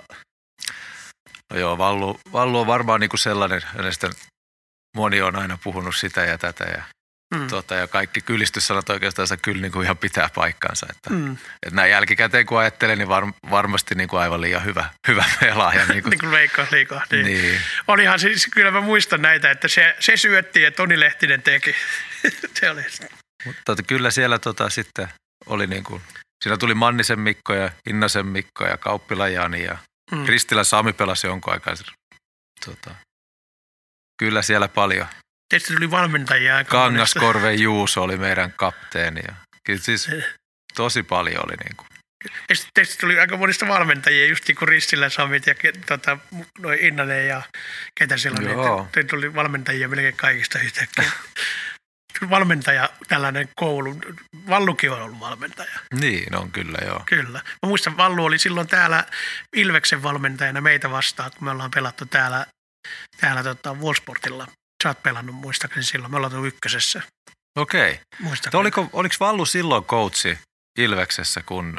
No joo, Vallu on varmaan niinku sellainen, hänestä moni on aina puhunut sitä ja tätä ja kaikki kylistyssanat oikeastaan kyllä niinku ihan pitää paikkaansa. Että näin jälkikäteen kun ajattelen, niin varmasti niinku aivan liian hyvä pelaaja. Niin kuin Veikkausliigaa. Niin. Olihan siis, kyllä mä muistan näitä, että se syötti ja Toni Lehtinen teki. Se oli. Mutta kyllä siellä sitten oli niinku, siinä tuli Mannisen Mikko ja Innasen Mikko ja Kauppilan Jani ja Kristilän Sami pelasi jonkun aikaa. Kyllä siellä paljon. Teistä tuli valmentajia aika Kangaskorven Juuso oli meidän kapteeni. Ja kyllä siis tosi paljon oli niin kuin. Teistä tuli aika monista valmentajia, just niin kuin Ristilän Samit ja noi Innanen ja ketä siellä oli. Teitä tuli valmentajia melkein kaikista yhtäkkiä. Valmentaja, tällainen koulu. Vallukin on ollut valmentaja. Niin, on kyllä, joo. Kyllä. Mä muistan, Vallu oli silloin täällä Ilveksen valmentajana meitä vastaan, kun me ollaan pelattu täällä Wallsportilla. Sä oot pelannut, muistaakseni silloin. Me ollaan ykkösessä. Okei. Oliko Vallu silloin coachi Ilveksessä, kun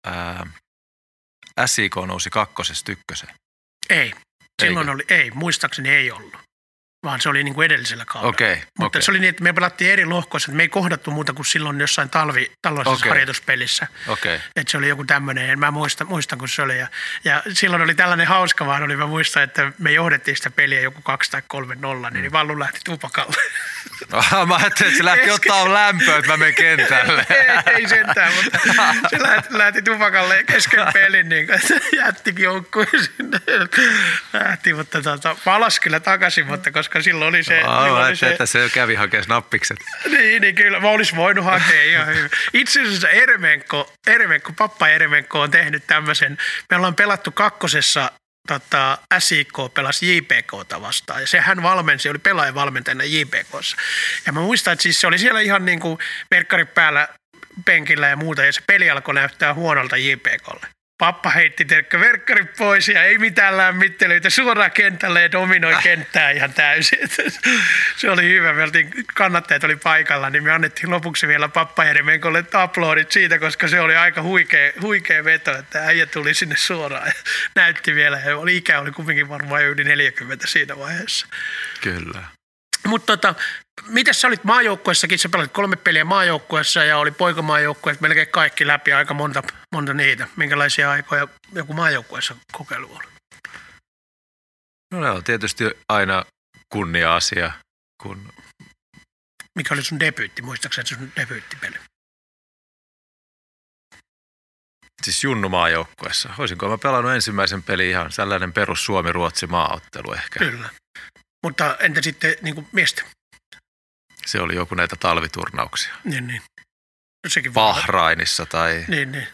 SIK nousi kakkosesta ykköseen? Ei. Silloin muistaakseni ei ollut. Vaan se oli niin kuin edellisellä kaudella. Mutta se oli niin, että me pelattiin eri lohkoissa, että me ei kohdattu muuta kuin silloin jossain talvisessa harjoituspelissä. Että se oli joku tämmöinen, ja mä muistan kun se oli. Ja silloin oli tällainen hauska vaan, mä muistan, että me johdettiin sitä peliä joku 2 tai 3-0, niin Vallu lähti tupakalle. Mä ajattelin, että se lähti ottaa lämpöä, että mä menen kentälle. ei sentään, mutta se lähti tupakalle kesken pelin, niin jättikin joukkueen sinne. Lähti, mutta palasi kyllä takaisin, mutta koska silloin oli se. Että se kävi hakemaan nappikset. Niin kyllä. Mä olisin voinut hakea ihan hyvin. Itse asiassa Pappa Eremenko on tehnyt tämmöisen. Me ollaan pelattu kakkosessa, SIK pelasi JPK:ta vastaan. Ja hän valmensi, oli pelaajavalmentajana JPK:ssa. Ja mä muistan, että siis se oli siellä ihan niin kuin verkkarit päällä penkillä ja muuta. Ja se peli alkoi näyttää huonolta JPK:lle. Pappa heitti verkkarit pois ja ei mitään lämmittelyitä suoraan kentälle ja dominoi kenttää ihan täysin. Se oli hyvä. Me kannattajat oli paikalla, niin me annettiin lopuksi vielä Pappa Eremenkolle aplodit siitä, koska se oli aika huikea veto, että äijä tuli sinne suoraan ja näytti vielä. Ja ikä oli kuitenkin varmaan yli 40 siinä vaiheessa. Kyllä. Mutta mitäs sä olit maajoukkuessakin? Sä pelasit 3 peliä maajoukkuessa ja oli poikamaajoukkueet melkein kaikki läpi, aika monta niitä. Minkälaisia aikoja joku maajoukkueessa kokeilu oli? No ne on tietysti aina kunnia-asia. Mikä oli sun debyytti? Muistaakseni sun debyyttipeli? Siis Junnu-maajoukkuessa. Olisinko mä pelannut ensimmäisen pelin ihan sellainen perus Suomi-Ruotsi maaottelu ehkä. Kyllä. Mutta entä sitten niin kuin miestä? Se oli joku näitä talviturnauksia. Niin. No sekin Bahrainissa tai. Niin.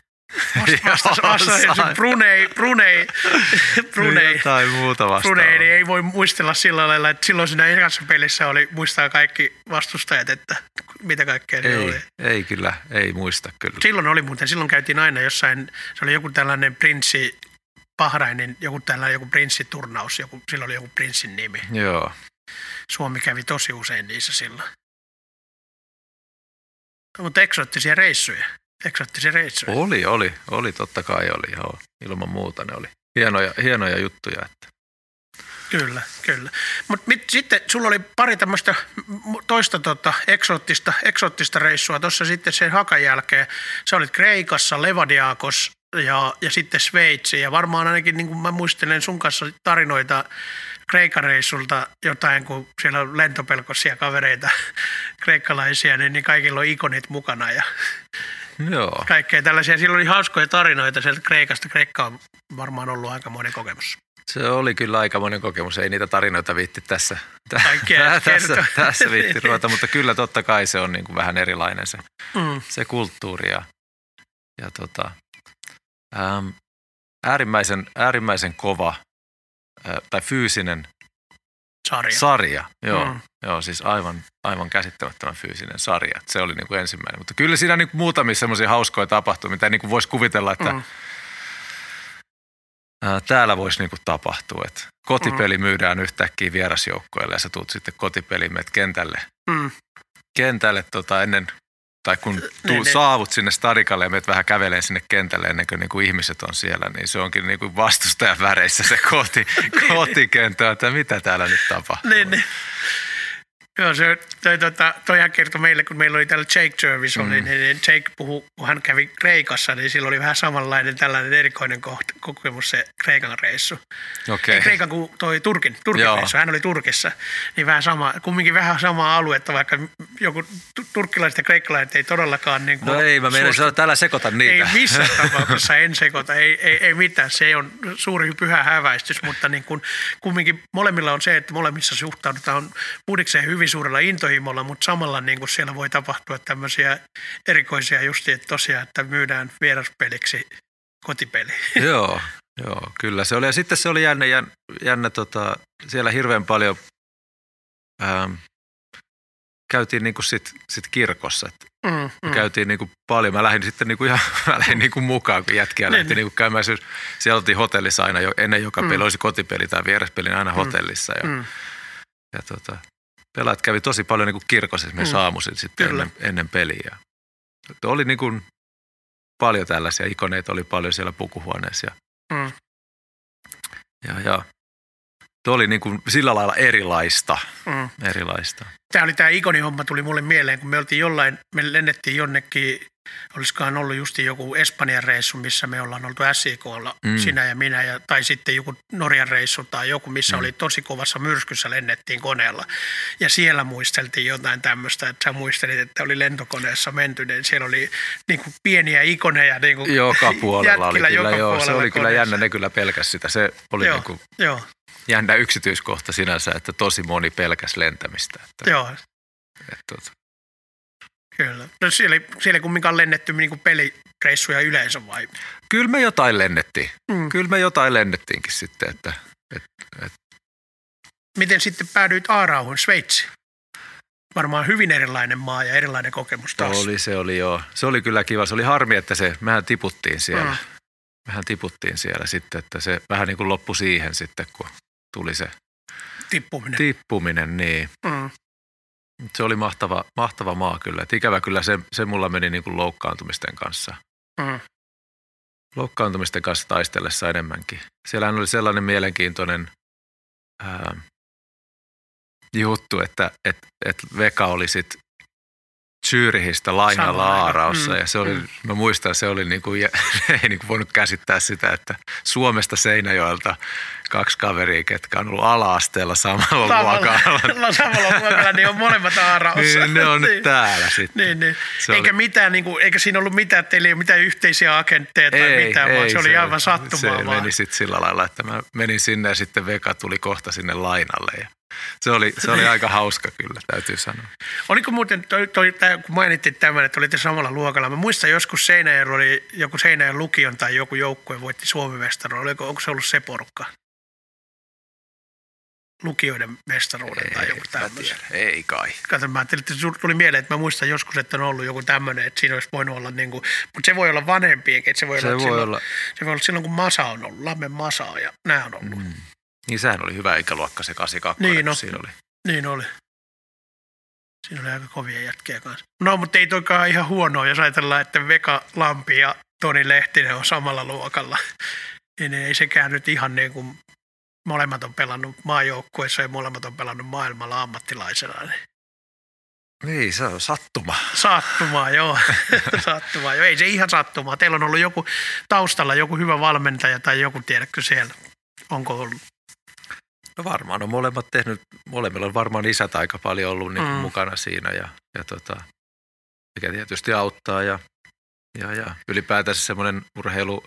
Brunei. Tai muuta vastaavaa. Brunei, niin ei voi muistella sillä lailla, että silloin siinä ekassa pelissä muistaa kaikki vastustajat, että mitä kaikkea ne oli. Ei kyllä, ei muista kyllä. Silloin käytiin aina jossain, se oli joku tällainen prinssi, Bahrainin joku prinssiturnaus, sillä oli joku prinssin nimi. Joo. Suomi kävi tosi usein niissä silloin. Mutta eksoottisia reissuja. Oli, totta kai oli, joo. Ilman muuta ne oli hienoja juttuja. Että. Kyllä. Mutta sitten sulla oli pari tämmöistä toista eksoottista reissua tuossa sitten sen Hakan jälkeen. Sä olit Kreikassa, Levadiakos ja sitten Sveitsi. Ja varmaan ainakin, niin kuin mä muistelen sun kanssa tarinoita Kreikan reissulta jotain, kun siellä on lentopelkoisia kavereita, kreikkalaisia, niin kaikilla on ikonit mukana ja joo. Kaikkea tällaisia. Siellä oli hauskoja tarinoita sieltä Kreikasta. Kreikka on varmaan ollut aikamoinen kokemus. Se oli kyllä aikamoinen kokemus. Ei niitä tarinoita viitti tässä viitti ruveta, mutta kyllä totta kai se on niin kuin vähän erilainen se kulttuuri ja äärimmäisen kova tai fyysinen Sarja, joo. Joo, siis aivan käsittämättömän fyysinen sarja. Se oli niin kuin ensimmäinen. Mutta kyllä siinä niin kuin muutamia semmoisia hauskoja tapahtumia, mitä niin kuin voisi kuvitella, että täällä voisi niin kuin tapahtua. Että kotipeli myydään yhtäkkiä vierasjoukkoille ja sä tuut sitten kotipeliin, menet kentälle ennen, tai kun saavut sinne stadikalle ja menet vähän käveleen sinne kentälle ennen kuin niinku ihmiset on siellä, niin se onkin niinku vastustajan väreissä se kotikenttä, että mitä täällä nyt tapahtuu. Niin. Joo, toihan kertoi meille, kun meillä oli täällä Jake Jervis, niin Jake puhui, kun hän kävi Kreikassa, niin sillä oli vähän samanlainen tällainen erikoinen kokemus se Kreikan reissu. Okay. Ei Kreikan kuin toi Turkin reissu, hän oli Turkissa, niin kumminkin vähän samaa aluetta, vaikka joku turkkilaiset ja kreikkalaiset ei todellakaan niin kuin... No ei, mä menen täällä sekoitan niitä. Ei missään tapauksessa en sekoita, ei mitään, se on suuri pyhä häväistys, mutta niin kuin, kumminkin molemmilla on se, että molemmissa suhtaudutaan Fudikseen hyvin suurella intohimolla, mutta samalla niin kuin siellä voi tapahtua tämmöisiä erikoisia justiin, että tosiaan, että myydään vieraspeliksi kotipeli. Joo, kyllä se oli. Ja sitten se oli jännä siellä hirveän paljon käytiin niinku sit kirkossa. Käytiin niinku paljon. Mä lähdin sitten niinku niinku mukaan, kun jätkiä lähti niinku käymään. Siellä oltiin hotellissa aina ennen joka peli, olisi kotipeli tai vieraspeli aina hotellissa. Ja pelaat kävi tosi paljon niin kuin kirkossa esimerkiksi aamuisin sitten ennen peliä. Oli niin kuin paljon tällaisia ikoneita, oli paljon siellä pukuhuoneessa. Ja se oli niin kuin sillä lailla erilaista. Tämä ikonihomma tuli mulle mieleen, kun me lennettiin jonnekin, olisikohan ollut just joku Espanjan reissu, missä me ollaan oltu SIK:lla, sinä ja minä, tai sitten joku Norjan reissu tai joku, missä oli tosi kovassa myrskyssä, lennettiin koneella. Ja siellä muisteltiin jotain tämmöistä, että sä muistelit, että oli lentokoneessa menty, niin siellä oli niin kuin pieniä ikoneja. Niin kuin joka puolella oli kyllä, puolella se oli koneessa. kyllä jännä, ne kyllä pelkäs sitä. Se oli niin kuin jännä yksityiskohta sinänsä, että tosi moni pelkäs lentämistä. Joo. Kyllä. No siellä ei kumminkaan lennetty niin kuin pelireissuja yleensä vai? Kyllä me jotain lennettiin. Kyllä me jotain lennettiinkin sitten. Että. Miten sitten päädyit Aarauhun, Sveitsiin? Varmaan hyvin erilainen maa ja erilainen kokemus taas. Se oli joo. Se oli kyllä kiva. Se oli harmi, että mehän tiputtiin siellä. Sitten, että se vähän niin kuin loppui siihen sitten, kun tuli se tippuminen niin. Se oli mahtava maa kyllä. Et ikävä kyllä se mulla meni niin kuin loukkaantumisten kanssa. Loukkaantumisten kanssa taistellessa enemmänkin. Siellähän oli sellainen mielenkiintoinen juttu, että Veka oli sitten Zürihistä lainalla Aaraussa ja se oli, mä muistan, se oli niinku, ei niinku voinut käsittää sitä, että Suomesta Seinäjoelta 2 kaveria, ketkä on ollut ala-asteella samalla luokalla. Samalla luokalla, niin on molemmat Aaraussa. Niin, ne on nyt täällä sitten. Niin. Eikä siinä ollut mitään, teillä ei ole mitään yhteisiä agentteja tai mitään, vaan se oli aivan sattumaa. Se meni sitten sillä lailla, että mä menin sinne ja sitten Veka tuli kohta sinne lainalle ja se oli aika hauska kyllä, täytyy sanoa. Oliko muuten, kun mainittiin tämän, että olitte samalla luokalla, mä muistan joskus Seinäjoella oli joku Seinäjoen lukion tai joku joukkue voitti Suomi-mestaruuden. Onko se ollut se porukka? Lukioiden mestaruuden tai joku tämmöinen. Ei kai. Kato, mä ajattelin, että tuli mieleen, että mä muistan joskus, että on ollut joku tämmöinen, että siinä olisi voinut olla niin kuin, mutta se voi olla vanhempienkin, että se voi olla silloin, kun Masa on ollut, Lammen Masa ja nämä on ollut. Niin sehän oli hyvä ikäluokka se 82. Niin oli. Siinä oli aika kovia jätkiä kanssa. No, mutta ei toikaan ihan huonoa, jos ajatellaan, että Veka Lampi ja Toni Lehtinen on samalla luokalla. Niin ei sekään nyt ihan niin kuin molemmat on pelannut maajoukkueessa ja molemmat on pelannut maailmalla ammattilaisena. Niin, se on sattuma. Sattumaa, joo. Ei se ihan sattumaa. Teillä on ollut joku taustalla, joku hyvä valmentaja tai joku, tiedätkö siellä? Onko ollut? No varmaan on molemmilla on varmaan isät aika paljon ollut niin mukana siinä ja mikä tietysti auttaa ja ylipäätänsä semmoinen urheilu,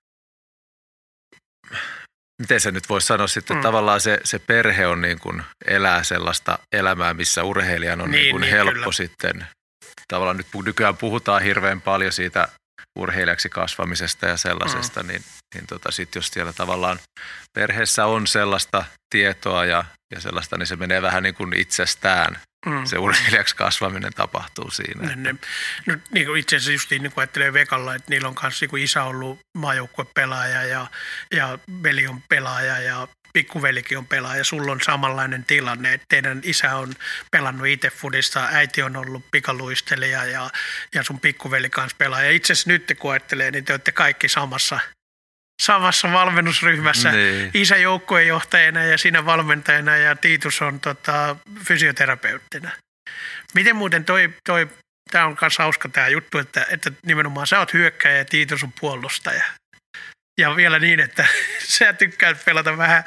miten se nyt voisi sanoa sitten, tavallaan se perhe on niin kuin elää sellaista elämää, missä urheilijan on niin helppo kyllä sitten. Tavallaan nyt nykyään puhutaan hirveän paljon siitä urheilijaksi kasvamisesta ja sellaisesta, niin sitten jos siellä tavallaan perheessä on sellaista tietoa ja sellaista, niin se menee vähän niin kuin itsestään. Se urheilijaksi kasvaminen tapahtuu siinä. No, niin kuin itse asiassa just niin kuin ajattelee Vekalla, että niillä on kanssa niin isä ollut maajoukkuepelaaja ja veli on pelaaja ja pikkuvelikin on pelaaja. Sulla on samanlainen tilanne, että teidän isä on pelannut itse fudista, äiti on ollut pikaluistelija ja sun pikkuveli kanssa pelaaja. Itse asiassa nyt kun ajattelee, niin te olette kaikki samassa valmennusryhmässä. Niin. Isä joukkuejohtajana ja sinä valmentajana ja Tiitus on fysioterapeuttina. Miten muuten tämä on myös hauska tämä juttu, että nimenomaan sä oot hyökkääjä ja Tiitus on puolustaja. Ja vielä niin, että sä tykkäät pelata vähän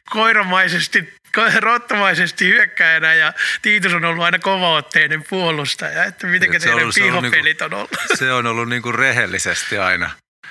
rottamaisesti hyökkääjänä ja Tiitus on ollut aina kovaotteinen puolustaja. Että mitenkä teidän pihapelit on ollut? Se on ollut niin kuin rehellisesti aina.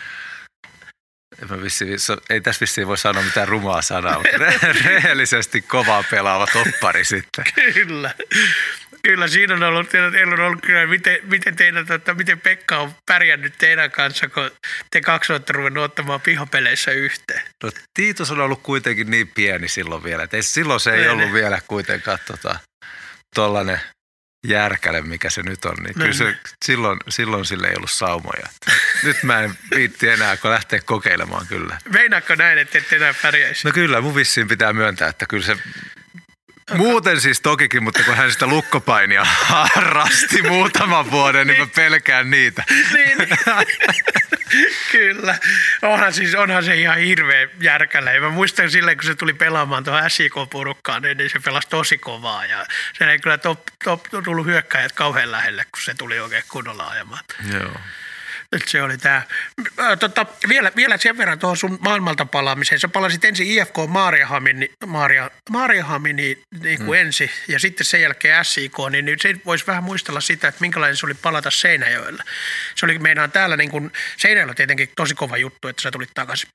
Ei tässä vissiin voi sanoa mitään rumaa sanaa, mutta rehellisesti kovaa pelaava toppari sitten. Kyllä, siinä on ollut kyllä, miten Pekka on pärjännyt teidän kanssa, kun te kaksi olette ruvennut ottamaan pihapeleissä yhteen. No Tiitus on ollut kuitenkin niin pieni silloin vielä, että silloin se ei ollut vielä kuitenkaan tollainen järkäle, mikä se nyt on, niin kyllä se, silloin sille ei ollut saumoja. Nyt mä en viitti enää, kun lähtee kokeilemaan kyllä. Meinaatko näin, että et enää pärjäisi? No kyllä, mun vissiin pitää myöntää, että kyllä se muuten siis tokikin, mutta kun hän sitä lukkopainia harrasti muutaman vuoden, niin mä pelkään niitä. Niin. Kyllä. Onhan se ihan hirveä järkäle. Mä muistan silleen, kun se tuli pelaamaan tuohon SIK-porukkaan, niin se pelasi tosi kovaa. Ja sen ei kyllä tullut hyökkäjät kauhean lähelle, kun se tuli oikein kunnolla ajamaan. Joo. Nyt se oli tämä. Vielä sen verran tuohon sun maailmalta palaamiseen. Sä palasit ensin IFK Maariahamnin niin kuin ensin ja sitten sen jälkeen SIK, niin nyt se voisi vähän muistella sitä, että minkälainen se oli palata Seinäjoella. Se oli meinaan täällä niin kuin Seinäjoella tietenkin tosi kova juttu, että sä tulit takaisin.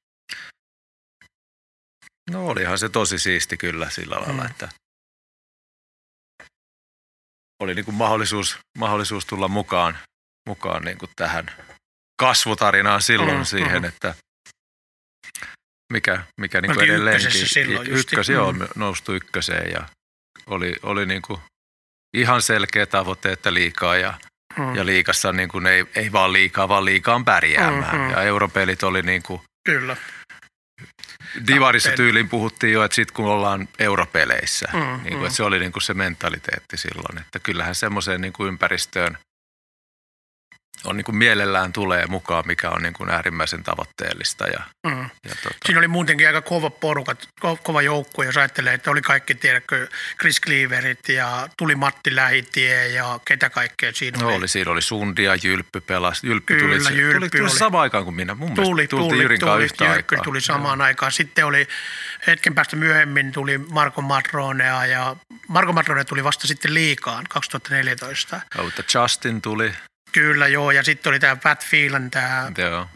No olihan se tosi siisti kyllä sillä lailla, että oli niin kuin mahdollisuus tulla mukaan niin kuin tähän kasvutarinaan silloin siihen, että mikä niin kuin edelleenkin noustu ykköseen ja oli niin kuin ihan selkeä tavoite, että liikaa ja liigassa niin kuin ei vaan liikaan pärjäämään. Ja europelit oli niin kuin kyllä. Divarissa tyyliin puhuttiin jo, että sitten kun ollaan europeleissä, niin kuin, että se oli niin kuin se mentaliteetti silloin, että kyllähän semmoiseen niin kuin ympäristöön on niin kuin mielellään tulee mukaan, mikä on niin kuin äärimmäisen tavoitteellista. Siinä oli muutenkin aika kova porukat, kova joukkue, jos ajattelee, että oli kaikki, tiedätkö, Chris Cleaverit ja tuli Matti Lähitie ja ketä kaikkea siinä oli. Siinä oli Sundi ja Jylppy pelasi. Jylppy tuli samaan aikaan kuin minä. Mun mielestä tultiin Jyrin kanssa yhtä aikaa. Jylppy tuli samaan aikaan. Sitten oli hetken päästä myöhemmin tuli Marco Madronea ja Marco Madrone tuli vasta sitten liigaan 2014. Mutta Justin tuli. Kyllä, joo. Ja sitten oli tämä Pat Phelan, tämä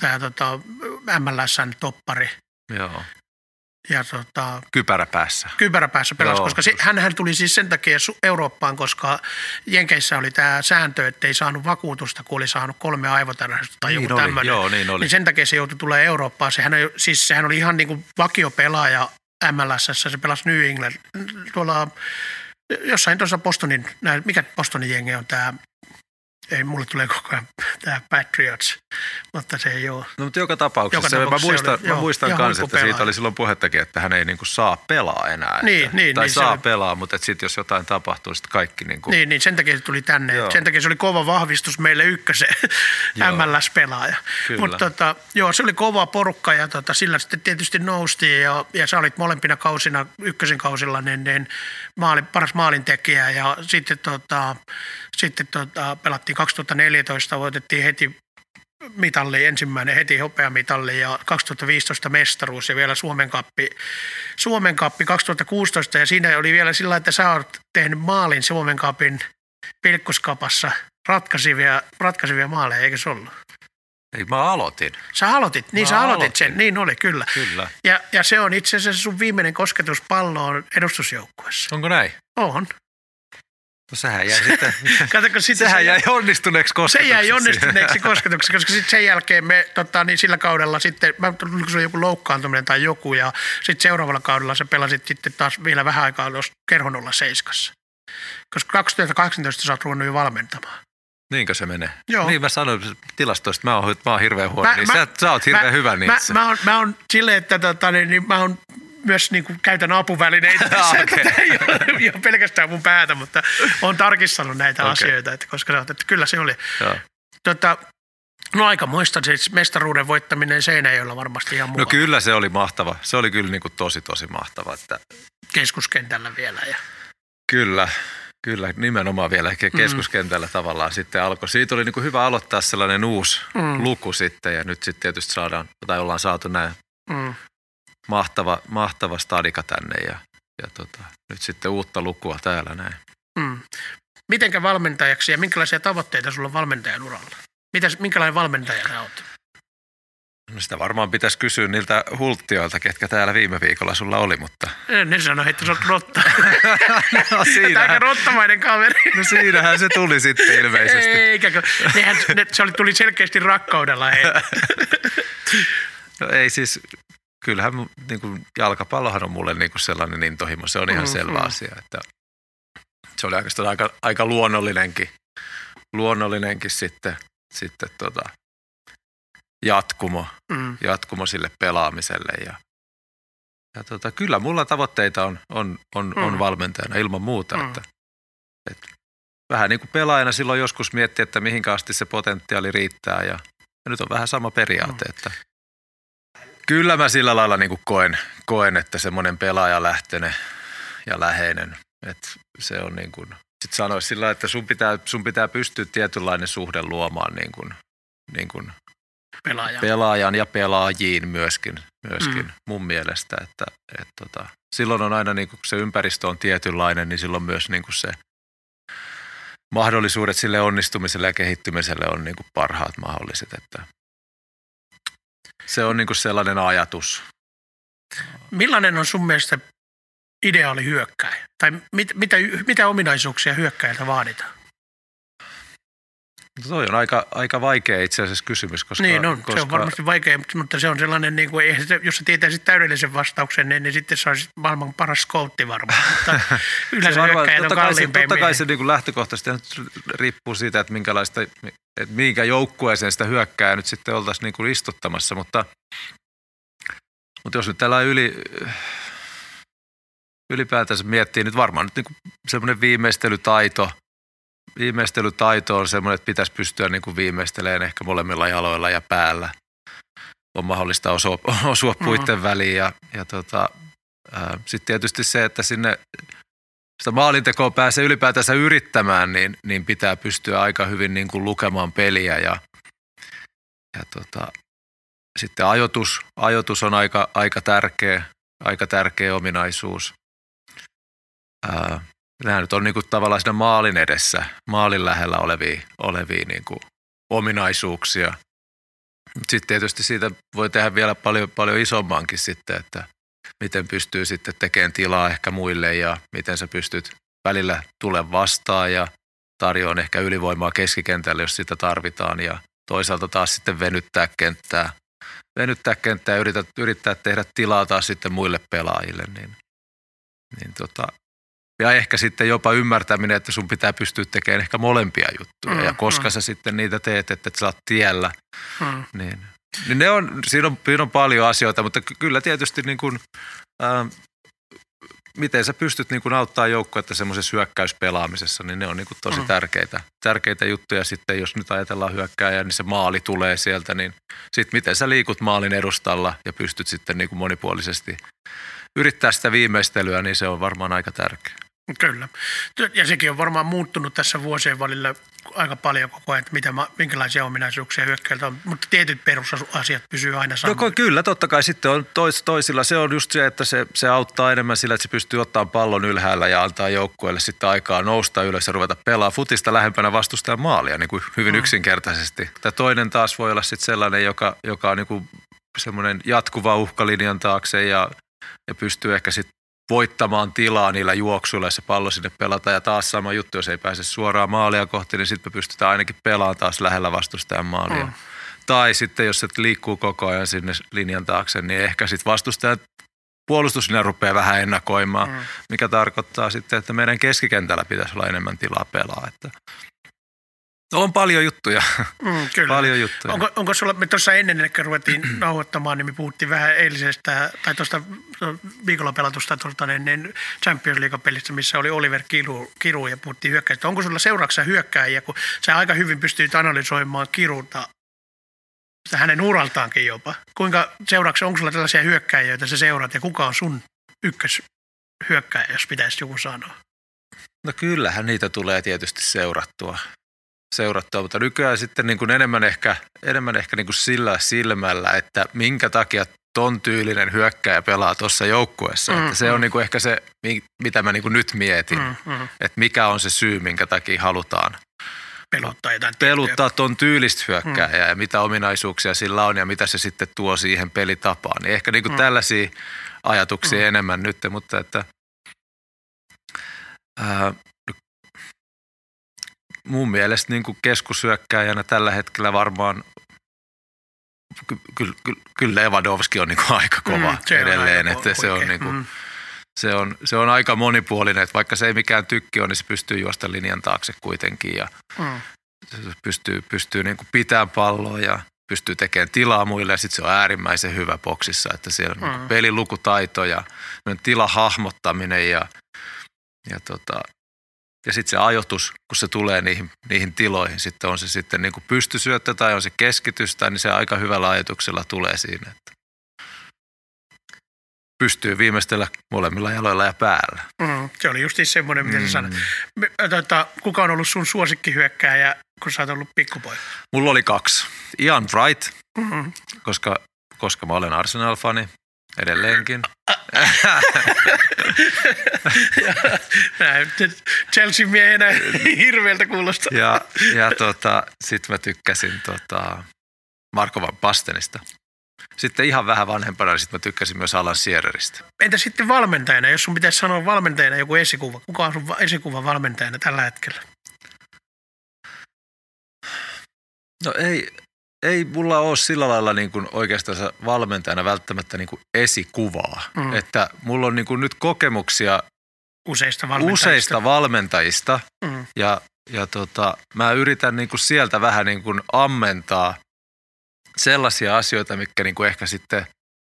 MLS:n toppari. Joo. Ja Kypäräpäässä pelasi, koska hänhän tuli siis sen takia Eurooppaan, koska Jenkeissä oli tämä sääntö, että ei saanut vakuutusta, kun oli saanut 3 aivotarhastusta tai joku tämmöinen. Joo, niin oli. Niin sen takia se joutui tulemaan Eurooppaan. Sehän oli ihan niin kuin vakiopelaaja MLS:ssä, se pelasi New England. Tuolla jossain tuossa Bostonin, mikä Bostonin jengi on tämä? Ei, mulle tulee koko ajan tämä Patriots, mutta se ei ole. No, mutta joka tapauksessa mä muistan kanssa, että siitä oli silloin puhettakin, että hän ei niinku saa pelaa enää. Tai saa pelaa, mutta sitten jos jotain tapahtuu, sitten kaikki niinku. Niin, sen takia se tuli tänne. Joo. Sen takia se oli kova vahvistus meille ykkösen MLS-pelaaja. Mutta se oli kova porukka ja sillä sitten tietysti noustiin ja sä olit molempina kausina, ykkösen kausilla, niin paras maalintekijä ja sitten pelattiin 2014, voitettiin heti mitalli, heti hopeamitalli ja 2015 mestaruus ja vielä Suomen kappi 2016 ja siinä oli vielä sillä, että sä oot tehnyt maalin Suomen kapin pilkkuskapassa ratkaisivia maaleja, eikö se ollut? Ei, mä aloitin. Sä aloitit sen, niin oli kyllä. Kyllä. Ja se on itse asiassa sun viimeinen kosketus palloon edustusjoukkueessa. Onko näin? On. No sehän jäi sitten, Katsoko, sehän jäi onnistuneeksi kosketuksessa. Se jäi onnistuneeksi kosketuksessa, koska sitten sen jälkeen me niin sillä kaudella sitten, tuliko se joku loukkaantuminen tai joku, ja sitten seuraavalla kaudella sä pelasit sitten taas vielä vähän aikaa tuossa Kerhon 07. Koska 2018 sä oot ruvennut jo valmentamaan. Niinkö se menee? Joo. Niin mä sanoin tilastoista, mä oon hirveän huono, niin sä oot hirveän hyvä niissä. Mä oon silleen, että niin mä oon myös niin kuin käytän apuvälineitä tässä, okay. Että ei ole pelkästään mun päätä, mutta oon tarkistanut näitä asioita, että koska sä oot, että kyllä se oli. No aika muista siis mestaruuden voittaminen Seinäjoella varmasti ihan mukava. No kyllä se oli mahtava. Se oli kyllä niin kuin tosi mahtava. Että keskuskentällä vielä. Ja. Kyllä, nimenomaan vielä keskuskentällä tavallaan sitten alkoi. Siitä oli niin kuin hyvä aloittaa sellainen uusi luku sitten ja nyt sitten tietysti ollaan saatu näin mahtava stadika tänne ja nyt sitten uutta lukua täällä näin. Mitenkä valmentajaksi ja minkälaisia tavoitteita sulla on valmentajan uralla? Minkälainen valmentaja sä oot? No sitä varmaan pitäisi kysyä niiltä hulttioilta, ketkä täällä viime viikolla sulla oli, mutta... Ne sanoi, että sä oot rotta. No siinähän... Aika rottamainen kaveri. No siinähän se tuli sitten ilmeisesti. Eikä, se tuli selkeästi rakkaudella heille. No ei siis, kyllähän niin kuin jalkapallohan on mulle niin kuin sellainen intohimo, se on ihan selvä asia, että se oli oikeastaan aika luonnollinenkin sitten jatkumo sille pelaamiselle ja kyllä mulla tavoitteita on valmentajana ilman muuta, että vähän niin kuin pelaajana silloin joskus miettii, että mihinkä asti se potentiaali riittää ja nyt on vähän sama periaate, että kyllä mä sillä lailla niin kuin koen, että semmoinen pelaajalähtöinen ja läheinen, että se on niin kuin, sit sanoisi sillä, että sun pitää pystyä tietynlainen suhde luomaan niin kuin pelaajan ja pelaajiin myöskin mun mielestä, että silloin on aina niin kuin se ympäristö on tietynlainen, niin silloin myös niin kuin se mahdollisuudet sille onnistumiselle ja kehittymiselle on niin kuin parhaat mahdolliset, että se on niin kuin sellainen ajatus. Millainen on sun mielestä ideaali hyökkääjä? Tai mitä ominaisuuksia hyökkääjältä vaaditaan? Toi on aika vaikea itse asiassa kysymys. Koska se on varmasti vaikea, mutta se on sellainen, niin kuin, jos sä tietäisit täydellisen vastauksen, niin sitten se olisi maailman paras skoutti varmaan. Mutta yleensä hyökkäjät on kalliimpia. Totta kai se niin kuin lähtökohtaisesti riippuu siitä, että minkä joukkueeseen sitä hyökkää nyt sitten oltaisiin niin kuin istuttamassa. Mutta jos nyt tällä ylipäätänsä miettii, nyt varmaan nyt niin kuin semmoinen viimeistelytaito on semmoinen, että pitäisi pystyä niin kuin viimeistelemään ehkä molemmilla jaloilla ja päällä. On mahdollista osua puitten väliin ja sitten tietysti se, että sinne sitä maalintekoa pääsee ylipäätänsä yrittämään, niin pitää pystyä aika hyvin niin kuin lukemaan peliä ja sitten ajoitus on aika tärkeä ominaisuus. Nämä nyt on niin kuin tavallaan siinä maalin edessä, maalin lähellä olevia niin kuin ominaisuuksia. Sitten tietysti siitä voi tehdä vielä paljon isommankin sitten, että miten pystyy sitten tekemään tilaa ehkä muille ja miten sä pystyt välillä tulemaan vastaan ja tarjoamaan ehkä ylivoimaa keskikentälle, jos sitä tarvitaan ja toisaalta taas sitten venyttää kenttää ja yrittää tehdä tilaa taas sitten muille pelaajille, ja ehkä sitten jopa ymmärtäminen, että sun pitää pystyä tekemään ehkä molempia juttuja. Ja koska sä sitten niitä teet, että sä oot tiellä, niin siinä on paljon asioita, mutta kyllä tietysti niin kuin, miten sä pystyt niin kuin auttaa joukkuetta semmoisessa hyökkäyspelaamisessa, niin ne on niin kuin tosi tärkeitä juttuja. Sitten jos nyt ajatellaan hyökkääjää, niin se maali tulee sieltä, niin sitten miten sä liikut maalin edustalla ja pystyt sitten niin kuin monipuolisesti yrittää sitä viimeistelyä, niin se on varmaan aika tärkeä. Kyllä. Ja sekin on varmaan muuttunut tässä vuosien välillä aika paljon koko ajan, että minkälaisia ominaisuuksia hyökkäiltä on, mutta tietyt perusasiat pysyy aina samalla. Kyllä, totta kai sitten on toisilla. Se on just se, että se auttaa enemmän sillä, että se pystyy ottamaan pallon ylhäällä ja antaa joukkueelle sitten aikaa nousta ylös ja ruveta pelaa futista lähempänä vastustajan maalia niin kuin hyvin yksinkertaisesti. Tämä toinen taas voi olla sitten sellainen, joka on niin kuin semmoinen jatkuva uhkalinjan taakse ja pystyy ehkä sitten voittamaan tilaa niillä juoksuilla, jos se pallo sinne pelataan. Ja taas sama juttu, jos ei pääse suoraan maalia kohti, niin sitten me pystytään ainakin pelaamaan taas lähellä vastustajan maalia. Tai sitten jos se liikkuu koko ajan sinne linjan taakse, niin ehkä sitten vastustajan puolustuslinja rupeaa vähän ennakoimaan, mikä tarkoittaa sitten, että meidän keskikentällä pitäisi olla enemmän tilaa pelaa. Että on paljon juttuja. Kyllä. Paljon juttuja. Onko sulla, me tuossa ennen kuin ruvettiin nauhoittamaan, niin me puhuttiin vähän eilisestä, tai tuosta viikolla pelatusta Champions League-pelistä, missä oli Oliver Kiru ja puhuttiin hyökkäistä. Onko sulla seuraavaksi hyökkääjiä, kun sä aika hyvin pystyit analysoimaan Kiruta, hänen uraltaankin jopa. Kuinka seuraavaksi, onko sulla tällaisia hyökkääjiä, joita sä seuraat, ja kuka on sun ykköshyökkääjä, jos pitäisi joku sanoa? No kyllähän niitä tulee tietysti seurattua, mutta nykyään sitten niin kuin enemmän ehkä niin kuin sillä silmällä, että minkä takia ton tyylinen hyökkääjä pelaa tuossa joukkueessa. Että se on niin kuin ehkä se, mitä mä niin kuin nyt mietin, että mikä on se syy, minkä takia halutaan peluttaa ton tyylistä hyökkääjää ja mitä ominaisuuksia sillä on ja mitä se sitten tuo siihen pelitapaan. Niin ehkä niin kuin tällaisia ajatuksia enemmän nyt, mutta että mun mielestä niin kuin keskushyökkääjänä tällä hetkellä varmaan kyllä Lewandowski on niin kuin aika kova edelleen, että se on niin kuin, se on aika monipuolinen, että vaikka se ei mikään tykki ole, niin se pystyy juosta linjan taakse kuitenkin ja se pystyy niin kuin pitämään palloa ja pystyy tekemään tilaa muille ja sitten se on äärimmäisen hyvä boksissa, että siellä on niin pelilukutaito ja tilahahmottaminen ja sitten se ajoitus, kun se tulee niihin tiloihin, sitten on se sitten niin kuin pystysyöttö tai on se keskitystä, niin se aika hyvällä ajatuksella tulee siinä, että pystyy viimeistellä molemmilla jaloilla ja päällä. Se oli just semmoinen, mitä sä sanoit. Kuka on ollut sun suosikkihyökkääjä, kun sä oot ollut pikkupoika? Mulla oli 2. Ian Wright, koska mä olen Arsenal-fani edelleenkin. Chelsea-miehenä hirveältä kuulostaa. Ja sitten mä tykkäsin Marco van Bastenista. Sitten ihan vähän vanhempana, niin sitten mä tykkäsin myös Alan Shearerista. Entä sitten valmentajana, jos sun pitäisi sanoa valmentajana joku esikuva? Kuka on sun esikuva valmentajana tällä hetkellä? No ei mulla ole sillä lailla niin kuin oikeastaan valmentajana välttämättä niin kuin esikuvaa. Että mulla on niin kuin nyt kokemuksia useista valmentajista ja mä yritän niin kuin sieltä vähän niin kuin ammentaa sellaisia asioita, mitkä niin kuin ehkä sitten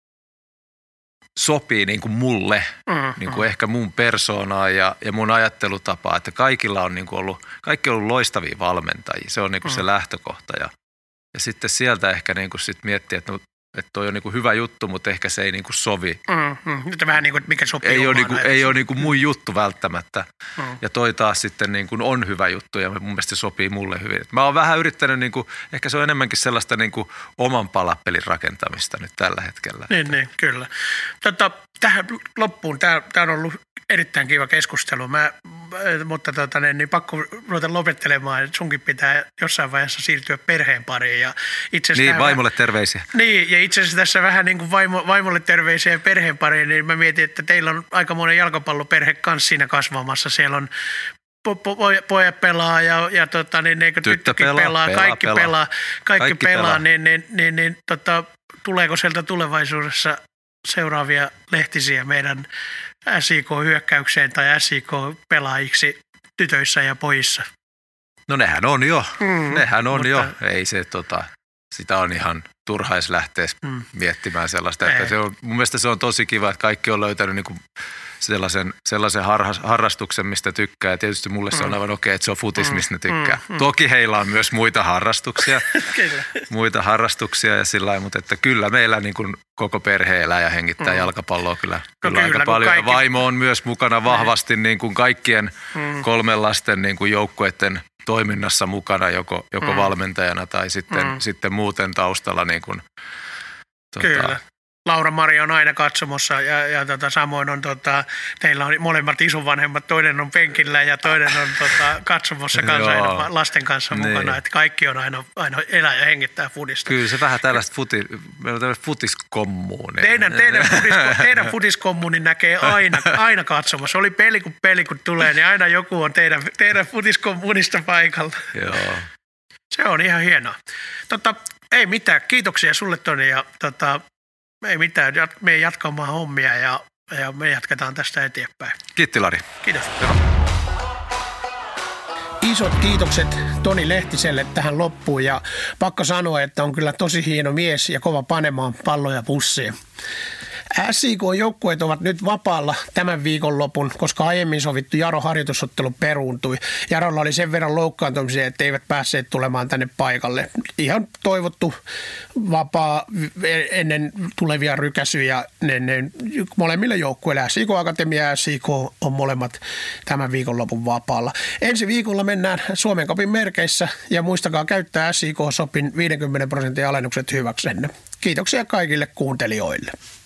sopii niin kuin mulle, niin kuin ehkä mun persoonaa ja mun ajattelutapaa, että kaikilla on niin kuin ollut loistavia valmentajia. Se on niin kuin se lähtökohta ja sitten sieltä ehkä niin kuin sit miettiä, että toi on niin kuin hyvä juttu, mutta ehkä se ei niin kuin sovi. Nyt vähän niin kuin, mikä sopii ei ole niin kuin mun juttu välttämättä. Ja toi taas sitten niin kuin on hyvä juttu ja mun mielestä se sopii mulle hyvin. Mä oon vähän yrittänyt, niin kuin, ehkä se on enemmänkin sellaista niin kuin oman palapelin rakentamista nyt tällä hetkellä. Niin, kyllä. Tähän loppuun, tämä on ollut erittäin kiva keskustelu, mutta niin pakko ruveta lopettelemaan, että sunkin pitää jossain vaiheessa siirtyä perheen pariin. Ja niin, vaimolle terveisiä. Niin, ja itse asiassa tässä vähän niin kuin vaimolle terveisiä ja perheen pariin, niin mä mietin, että teillä on aikamoinen jalkapalloperhe kanssa siinä kasvamassa. Siellä on pojat pelaa ja tyttökin pelaa, kaikki pelaa, niin tuleeko sieltä tulevaisuudessa seuraavia lehtisiä meidän SIK-hyökkäykseen tai SIK-pelaajiksi tytöissä ja pojissa? No nehän on jo, Ei se sitä on ihan turhais lähteä miettimään sellaista. Että se on, mun mielestä se on tosi kiva, että kaikki on löytänyt niinku sellaisen harrastuksen, mistä tykkää. Ja tietysti mulle se on aivan okei, että se on futis, mistä ne tykkää. Toki heillä on myös muita harrastuksia ja sillä lailla, mutta että kyllä meillä niin kuin koko perhe elää ja hengittää jalkapalloa kyllä aika paljon. Ja vaimo on myös mukana vahvasti niin kuin kaikkien 3 lasten niin kuin joukkueiden toiminnassa mukana joko valmentajana tai sitten muuten taustalla niin kuin, Kyllä. Laura-Maria on aina katsomossa ja samoin on teillä on molemmat isovanhemmat, toinen on penkillä ja toinen on katsomossa kanssa aina lasten kanssa mukana, että kaikki on aina elää ja hengittää fudista. Kyllä se vähän tällaista meillä on tällaista futiskommuunia. Teidän futiskommuuni näkee aina katsomossa. Oli peli kun tulee, niin aina joku on teidän futiskommuunista paikalla. Joo. Se on ihan hienoa. Ei mitään, kiitoksia sulle Toni ja ei mitään, me jatkamaan hommia ja me jatketaan tästä eteenpäin. Kiitti Lari. Kiitos. Isot kiitokset Toni Lehtiselle tähän loppuun ja pakko sanoa, että on kyllä tosi hieno mies ja kova panemaan palloja pussiin. SIK-joukkueet ovat nyt vapaalla tämän viikonlopun, koska aiemmin sovittu Jaro-harjoitusottelu peruuntui. Jarolla oli sen verran loukkaantumisia, että eivät päässeet tulemaan tänne paikalle. Ihan toivottu vapaa ennen tulevia rykäsyjä molemmille joukkueille. SIK Akatemia ja SIK on molemmat tämän viikonlopun vapaalla. Ensi viikolla mennään Suomen Cupin merkeissä ja muistakaa käyttää SIK-sopin 50% alennukset hyväksenne. Kiitoksia kaikille kuuntelijoille.